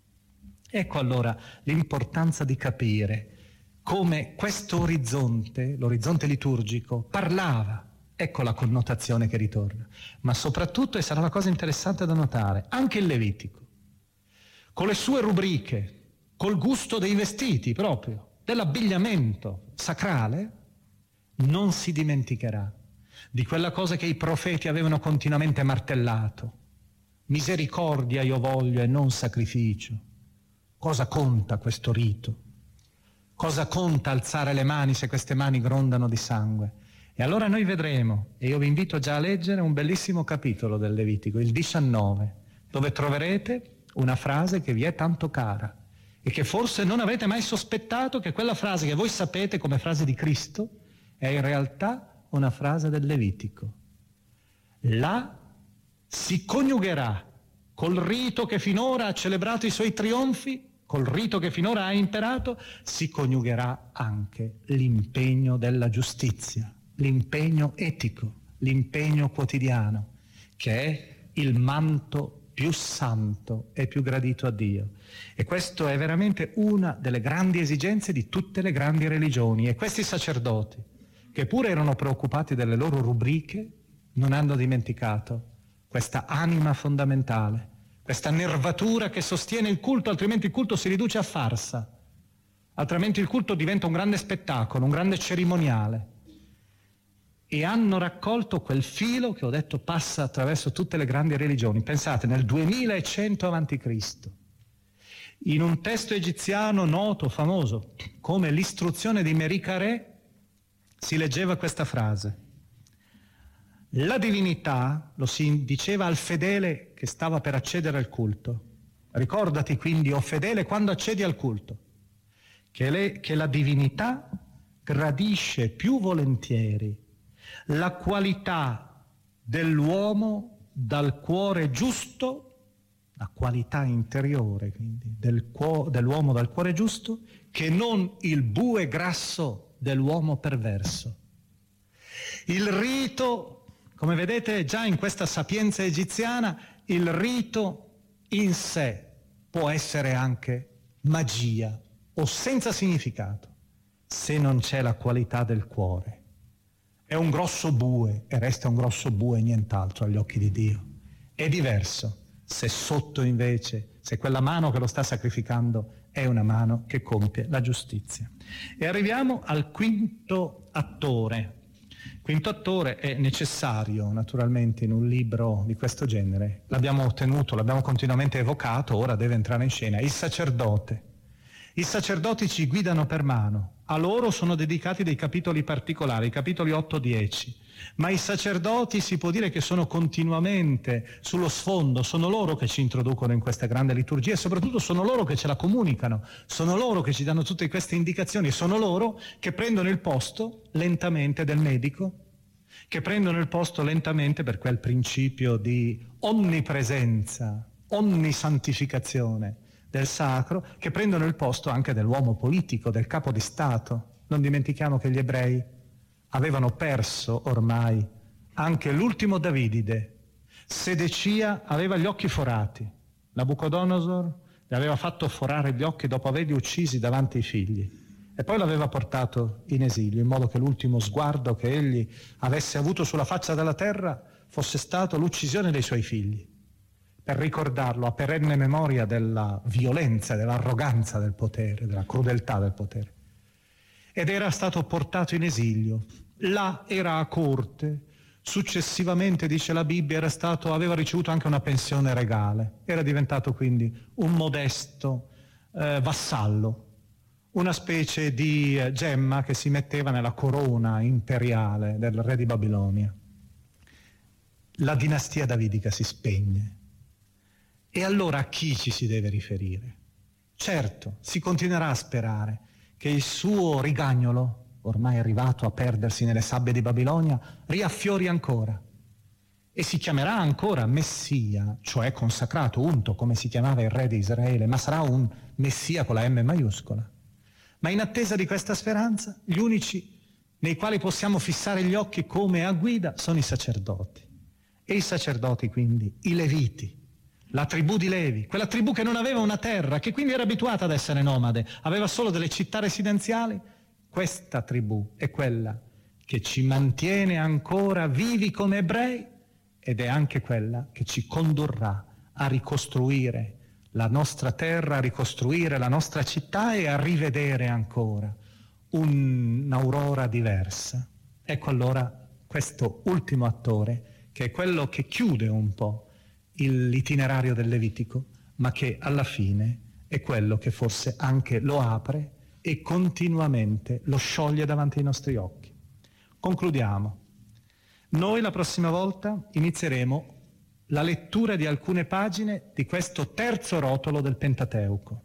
Ecco allora l'importanza di capire come questo orizzonte, l'orizzonte liturgico, parlava. Ecco la connotazione che ritorna. Ma soprattutto, e sarà la cosa interessante da notare, anche il Levitico, con le sue rubriche, col gusto dei vestiti proprio, dell'abbigliamento sacrale, non si dimenticherà di quella cosa che i profeti avevano continuamente martellato. Misericordia io voglio e non sacrificio. Cosa conta questo rito? Cosa conta alzare le mani se queste mani grondano di sangue? E allora noi vedremo, e io vi invito già a leggere un bellissimo capitolo del Levitico, il diciannove, dove troverete una frase che vi è tanto cara e che forse non avrete mai sospettato che quella frase che voi sapete come frase di Cristo è in realtà una frase del Levitico. Là si coniugherà col rito che finora ha celebrato i suoi trionfi, col rito che finora ha imperato, si coniugherà anche l'impegno della giustizia, l'impegno etico, l'impegno quotidiano, che è il manto più santo e più gradito a Dio. E questo è veramente una delle grandi esigenze di tutte le grandi religioni. E questi sacerdoti, che pure erano preoccupati delle loro rubriche, non hanno dimenticato questa anima fondamentale, questa nervatura che sostiene il culto, altrimenti il culto si riduce a farsa, altrimenti il culto diventa un grande spettacolo, un grande cerimoniale. E hanno raccolto quel filo che ho detto passa attraverso tutte le grandi religioni. Pensate, nel duemilacento avanti Cristo, in un testo egiziano noto, famoso, come l'istruzione di Mericare, si leggeva questa frase: la divinità, lo si diceva al fedele che stava per accedere al culto, ricordati quindi, o fedele, quando accedi al culto, che, le, che la divinità gradisce più volentieri la qualità dell'uomo dal cuore giusto, la qualità interiore quindi del cuo- dell'uomo dal cuore giusto, che non il bue grasso dell'uomo perverso. Il rito, come vedete già in questa sapienza egiziana, il rito in sé può essere anche magia o senza significato, se non c'è la qualità del cuore. È un grosso bue e resta un grosso bue e nient'altro agli occhi di Dio. È diverso se sotto invece, se quella mano che lo sta sacrificando è una mano che compie la giustizia. E arriviamo al quinto attore. Quinto attore è necessario naturalmente in un libro di questo genere. L'abbiamo ottenuto, l'abbiamo continuamente evocato, ora deve entrare in scena, il sacerdote. I sacerdoti ci guidano per mano, a loro sono dedicati dei capitoli particolari, i capitoli otto dieci, ma i sacerdoti si può dire che sono continuamente sullo sfondo, sono loro che ci introducono in questa grande liturgia e soprattutto sono loro che ce la comunicano, sono loro che ci danno tutte queste indicazioni, sono loro che prendono il posto lentamente del medico, che prendono il posto lentamente per quel principio di onnipresenza, onnisantificazione del sacro, che prendono il posto anche dell'uomo politico, del capo di Stato. Non dimentichiamo che gli ebrei avevano perso ormai anche l'ultimo Davidide. Sedecia aveva gli occhi forati, Nabucodonosor le aveva fatto forare gli occhi dopo averli uccisi davanti ai figli e poi l'aveva portato in esilio, in modo che l'ultimo sguardo che egli avesse avuto sulla faccia della terra fosse stato l'uccisione dei suoi figli, per ricordarlo a perenne memoria della violenza, dell'arroganza del potere, della crudeltà del potere. Ed era stato portato in esilio. Là era a corte. Successivamente, dice la Bibbia, era stato, aveva ricevuto anche una pensione regale. Era diventato quindi un modesto eh, vassallo, una specie di eh, gemma che si metteva nella corona imperiale del re di Babilonia. La dinastia davidica si spegne. E allora a chi ci si deve riferire? Certo, si continuerà a sperare che il suo rigagnolo, ormai arrivato a perdersi nelle sabbie di Babilonia, riaffiori ancora e si chiamerà ancora Messia, cioè consacrato, unto, come si chiamava il re di Israele, ma sarà un Messia con la M maiuscola. Ma in attesa di questa speranza, gli unici nei quali possiamo fissare gli occhi come a guida sono i sacerdoti. E i sacerdoti quindi, i Leviti, la tribù di Levi, quella tribù che non aveva una terra, che quindi era abituata ad essere nomade, aveva solo delle città residenziali. Questa tribù è quella che ci mantiene ancora vivi come ebrei ed è anche quella che ci condurrà a ricostruire la nostra terra, a ricostruire la nostra città e a rivedere ancora un'aurora diversa. Ecco allora questo ultimo attore, che è quello che chiude un po' l'itinerario del Levitico, ma che alla fine è quello che forse anche lo apre e continuamente lo scioglie davanti ai nostri occhi. Concludiamo. Noi la prossima volta inizieremo la lettura di alcune pagine di questo terzo rotolo del Pentateuco.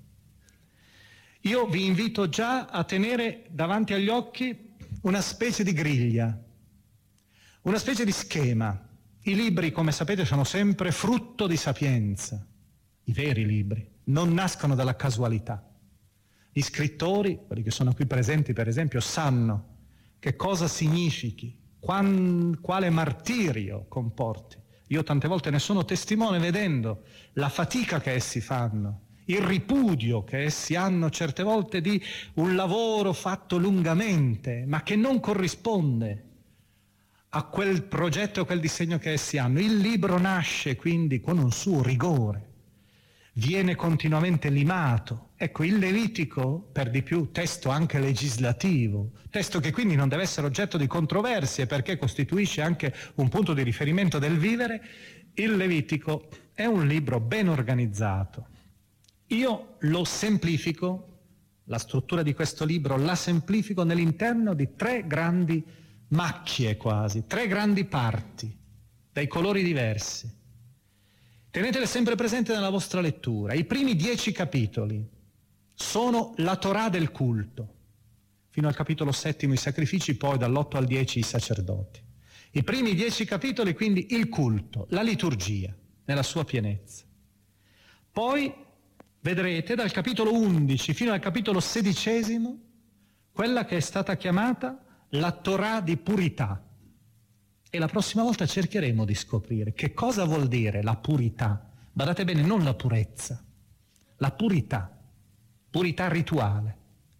Io vi invito già a tenere davanti agli occhi una specie di griglia, una specie di schema. I libri, come sapete, sono sempre frutto di sapienza. I veri libri non nascono dalla casualità. Gli scrittori, quelli che sono qui presenti per esempio, sanno che cosa significhi, quan, quale martirio comporti. Io tante volte ne sono testimone vedendo la fatica che essi fanno, il ripudio che essi hanno certe volte di un lavoro fatto lungamente, ma che non corrisponde a quel progetto, a quel disegno che essi hanno. Il libro nasce quindi con un suo rigore, viene continuamente limato. Ecco, il Levitico, per di più testo anche legislativo, testo che quindi non deve essere oggetto di controversie perché costituisce anche un punto di riferimento del vivere, il Levitico è un libro ben organizzato. Io lo semplifico, la struttura di questo libro la semplifico nell'interno di tre grandi macchie quasi, tre grandi parti, dai colori diversi. Tenetele sempre presente nella vostra lettura. I primi dieci capitoli sono la Torah del culto, fino al capitolo settimo i sacrifici, poi dall'otto al dieci i sacerdoti. I primi dieci capitoli quindi il culto, la liturgia nella sua pienezza. Poi vedrete dal capitolo undici fino al capitolo sedicesimo quella che è stata chiamata la Torah di purità. E la prossima volta cercheremo di scoprire che cosa vuol dire la purità. Badate bene, non la purezza, la purità, purità rituale.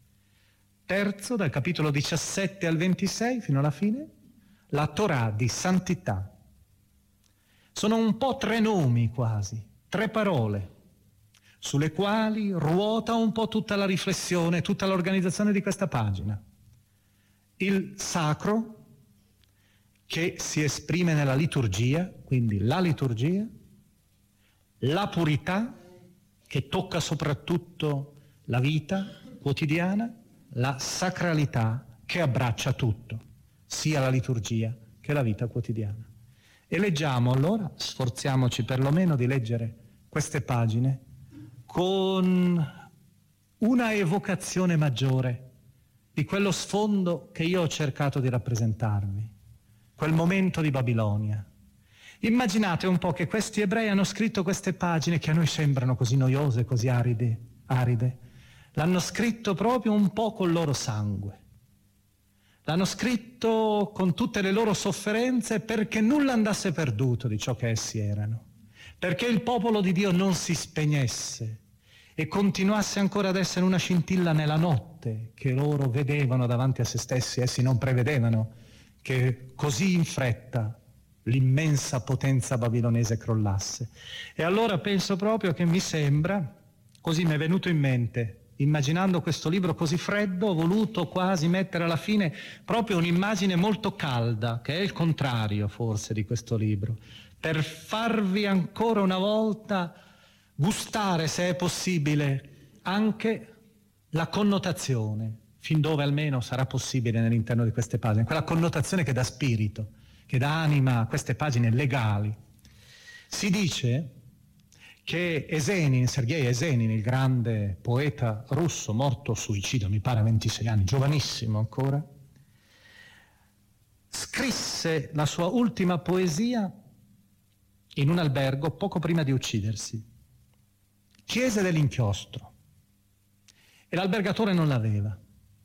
Terzo, dal capitolo diciassette al ventisei fino alla fine, la Torah di santità. Sono un po' tre nomi quasi, tre parole, sulle quali ruota un po' tutta la riflessione, tutta l'organizzazione di questa pagina. Il sacro, che si esprime nella liturgia, quindi la liturgia, la purità, che tocca soprattutto la vita quotidiana, la sacralità, che abbraccia tutto, sia la liturgia che la vita quotidiana. E leggiamo allora, sforziamoci perlomeno di leggere queste pagine con una evocazione maggiore di quello sfondo che io ho cercato di rappresentarvi. quel momento di Babilonia. Immaginate un po' che questi ebrei hanno scritto queste pagine che a noi sembrano così noiose, così aride, aride. L'hanno scritto proprio un po' col loro sangue. L'hanno scritto con tutte le loro sofferenze perché nulla andasse perduto di ciò che essi erano, perché il popolo di Dio non si spegnesse e continuasse ancora ad essere una scintilla nella notte che loro vedevano davanti a se stessi. Essi non prevedevano che così in fretta l'immensa potenza babilonese crollasse. E allora penso proprio che mi sembra, così mi è venuto in mente, immaginando questo libro così freddo, ho voluto quasi mettere alla fine proprio un'immagine molto calda, che è il contrario forse di questo libro, per farvi ancora una volta gustare, se è possibile, anche la connotazione, fin dove almeno sarà possibile nell'interno di queste pagine, quella connotazione che dà spirito, che dà anima a queste pagine legali. Si dice che Esenin, Sergei Esenin, il grande poeta russo, morto suicidio, mi pare a ventisei anni, giovanissimo ancora, scrisse la sua ultima poesia in un albergo poco prima di uccidersi. Chiese dell'inchiostro e l'albergatore non l'aveva.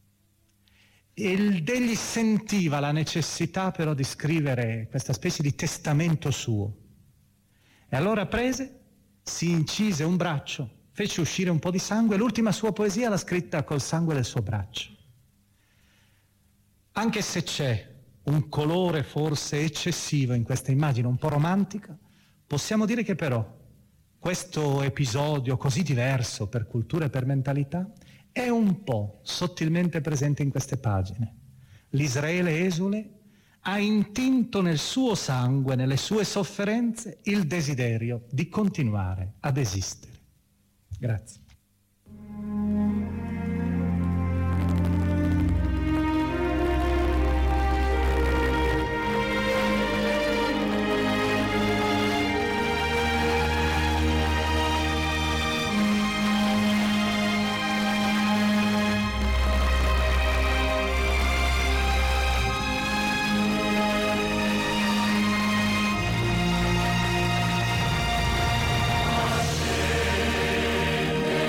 Ed egli sentiva la necessità però di scrivere questa specie di testamento suo. E allora prese, si incise un braccio, fece uscire un po' di sangue e l'ultima sua poesia l'ha scritta col sangue del suo braccio. Anche se c'è un colore forse eccessivo in questa immagine, un po' romantica, possiamo dire che però questo episodio così diverso per cultura e per mentalità è un po' sottilmente presente in queste pagine. L'Israele esule ha intinto nel suo sangue, nelle sue sofferenze, il desiderio di continuare ad esistere. Grazie. Ascende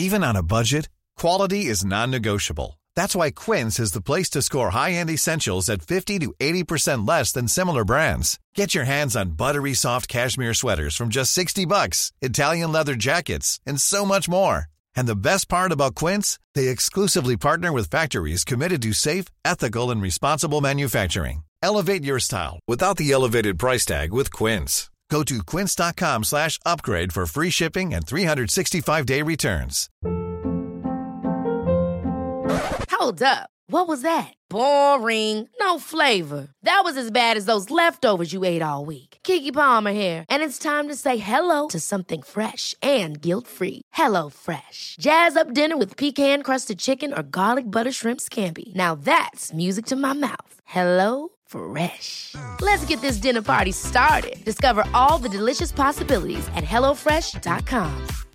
Even on a budget, quality is non-negotiable. That's why Quince is the place to score high-end essentials at fifty to eighty percent less than similar brands. Get your hands on buttery soft cashmere sweaters from just sixty bucks, Italian leather jackets, and so much more. And the best part about Quince, they exclusively partner with factories committed to safe, ethical, and responsible manufacturing. Elevate your style without the elevated price tag with Quince. Go to quince.com slash upgrade for free shipping and three sixty-five day returns. Hold up. What was that? Boring. No flavor. That was as bad as those leftovers you ate all week. Keke Palmer here, and it's time to say hello to something fresh and guilt-free. Hello Fresh. Jazz up dinner with pecan-crusted chicken or garlic butter shrimp scampi. Now that's music to my mouth. Hello Fresh. Let's get this dinner party started. Discover all the delicious possibilities at hello fresh dot com.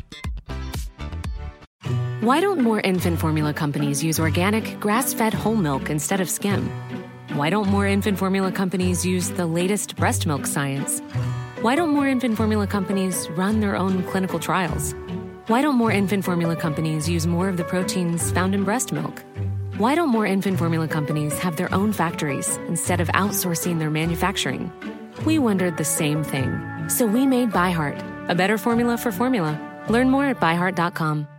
Why don't more infant formula companies use organic, grass-fed whole milk instead of skim? Why don't more infant formula companies use the latest breast milk science? Why don't more infant formula companies run their own clinical trials? Why don't more infant formula companies use more of the proteins found in breast milk? Why don't more infant formula companies have their own factories instead of outsourcing their manufacturing? We wondered the same thing. So we made ByHeart, a better formula for formula. Learn more at by heart dot com.